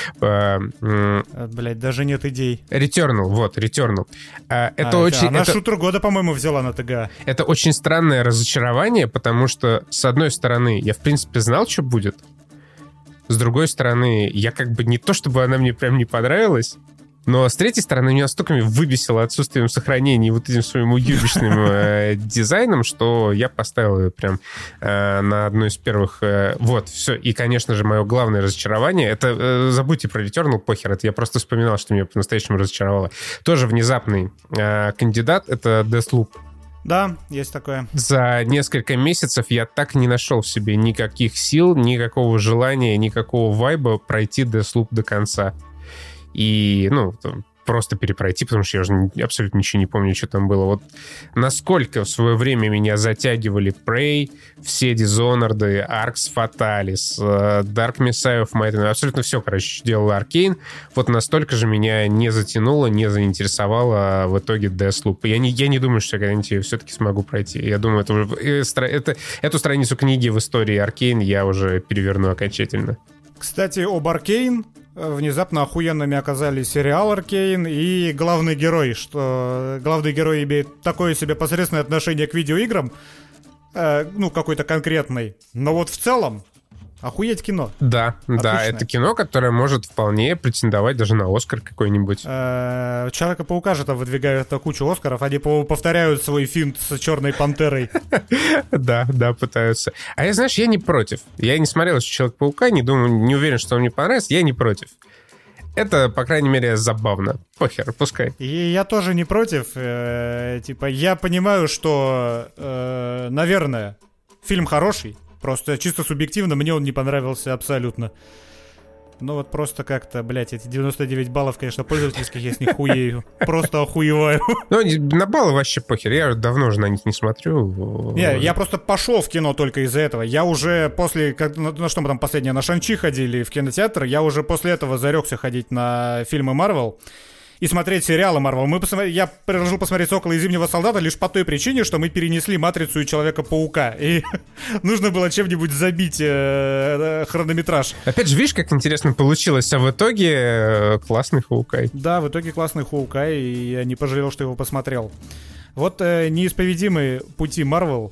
Даже нет идей. Returnal. Она шутер года, по-моему, взяла на ТГА. Это очень странное разочарование, потому что, с одной стороны, я, в принципе, знал, что будет. С другой стороны, я как бы не то, чтобы она мне прям не понравилась, но с третьей стороны, меня настолько выбесило отсутствием сохранения и вот этим своим уебищным дизайном, что я поставил ее прям на одну из первых. Вот, все. И, конечно же, мое главное разочарование, это, забудьте про Returnal, похер, это я просто вспоминал, что меня по-настоящему разочаровало. Тоже внезапный кандидат, это Deathloop. Да, есть такое. За несколько месяцев я так не нашел в себе никаких сил, никакого желания, никакого вайба пройти Deathloop до конца. И, просто перепройти, потому что я уже абсолютно ничего не помню, что там было. Вот насколько в свое время меня затягивали Prey, все Dishonored, Arx Fatalis, Dark Messiah of Might, абсолютно все, делал Arcane, вот настолько же меня не затянуло, не заинтересовало в итоге Deathloop. Я не думаю, что я когда-нибудь ее все-таки смогу пройти. Я думаю, эту страницу книги в истории Arcane я уже переверну окончательно. Кстати, об Arcane внезапно охуенными оказались сериал Аркейн и главный герой, что главный герой имеет такое себе посредственное отношение к видеоиграм, какой-то конкретный, но вот в целом охуеть кино. Да, это кино, которое может вполне претендовать даже на Оскар какой-нибудь. Человека-паука же там выдвигают на кучу Оскаров, они, по-моему, повторяют свой финт с Черной Пантерой. Да, пытаются. А я, знаешь, я не против. Я не смотрел еще Человека-паука, не уверен, что он мне понравится, я не против. Это, по крайней мере, забавно. Похер, пускай. И я тоже не против. Я понимаю, что, наверное, фильм хороший. Просто чисто субъективно мне он не понравился абсолютно. Ну вот просто как-то, эти 99 баллов, конечно, пользовательских я с них хуею. Просто охуеваю. На баллы вообще похер. Я давно уже на них не смотрю. Я просто пошел в кино только из-за этого. Я уже после... что мы там последнее на Шан-Чи ходили в кинотеатр, я уже после этого зарекся ходить на фильмы Марвел и смотреть сериалы Марвел. Я предложил посмотреть «Сокола и Зимнего солдата» лишь по той причине, что мы перенесли «Матрицу» и «Человека-паука». И нужно было чем-нибудь забить хронометраж. Опять же, видишь, как интересно получилось. А в итоге классный Хоукай. Да, в итоге классный Хоукай, и я не пожалел, что его посмотрел. Вот неисповедимые пути Марвел.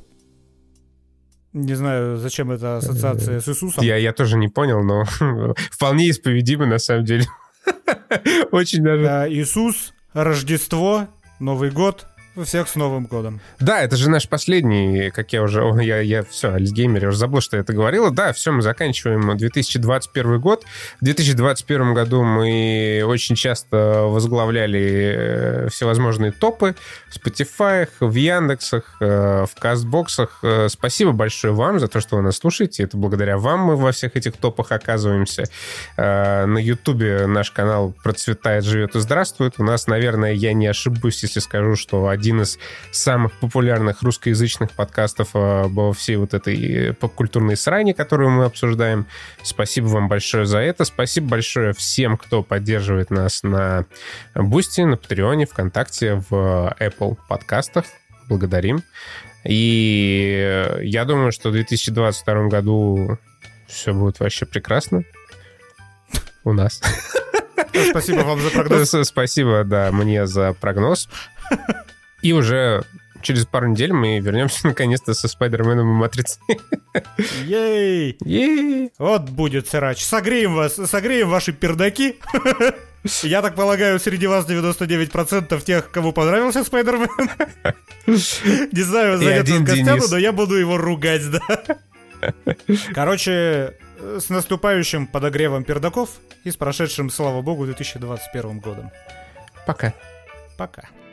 Не знаю, зачем эта ассоциация с Иисусом. Я тоже не понял, но вполне исповедимы на самом деле. Очень даже. Иисус, Рождество, Новый год. Всех с Новым годом. Да, это же наш последний, как я уже... Я все, Альцгеймер, я уже забыл, что я это говорила. Да, все, мы заканчиваем 2021 год. В 2021 году мы очень часто возглавляли всевозможные топы в Spotify, в Яндексах, в Кастбоксах. Спасибо большое вам за то, что вы нас слушаете. Это благодаря вам мы во всех этих топах оказываемся. На Ютубе наш канал процветает, живет и здравствует. У нас, наверное, я не ошибусь, если скажу, что один из самых популярных русскоязычных подкастов обо всей вот этой поп-культурной сране, которую мы обсуждаем. Спасибо вам большое за это. Спасибо большое всем, кто поддерживает нас на Бусти, на Патреоне, ВКонтакте, в Apple подкастах. Благодарим. И я думаю, что в 2022 году все будет вообще прекрасно. У нас. Спасибо вам за прогноз. Спасибо, да, мне за прогноз. И уже через пару недель мы вернемся наконец-то со Спайдерменом и Матрицей. Ей! Ей! Вот будет срач. Согреем ваши пердаки. Я так полагаю, среди вас 99% тех, кому понравился Спайдермен. Не знаю, зайдет в гостям, но я буду его ругать, да. Короче, с наступающим подогревом пердаков и с прошедшим, слава богу, 2021 годом. Пока. Пока.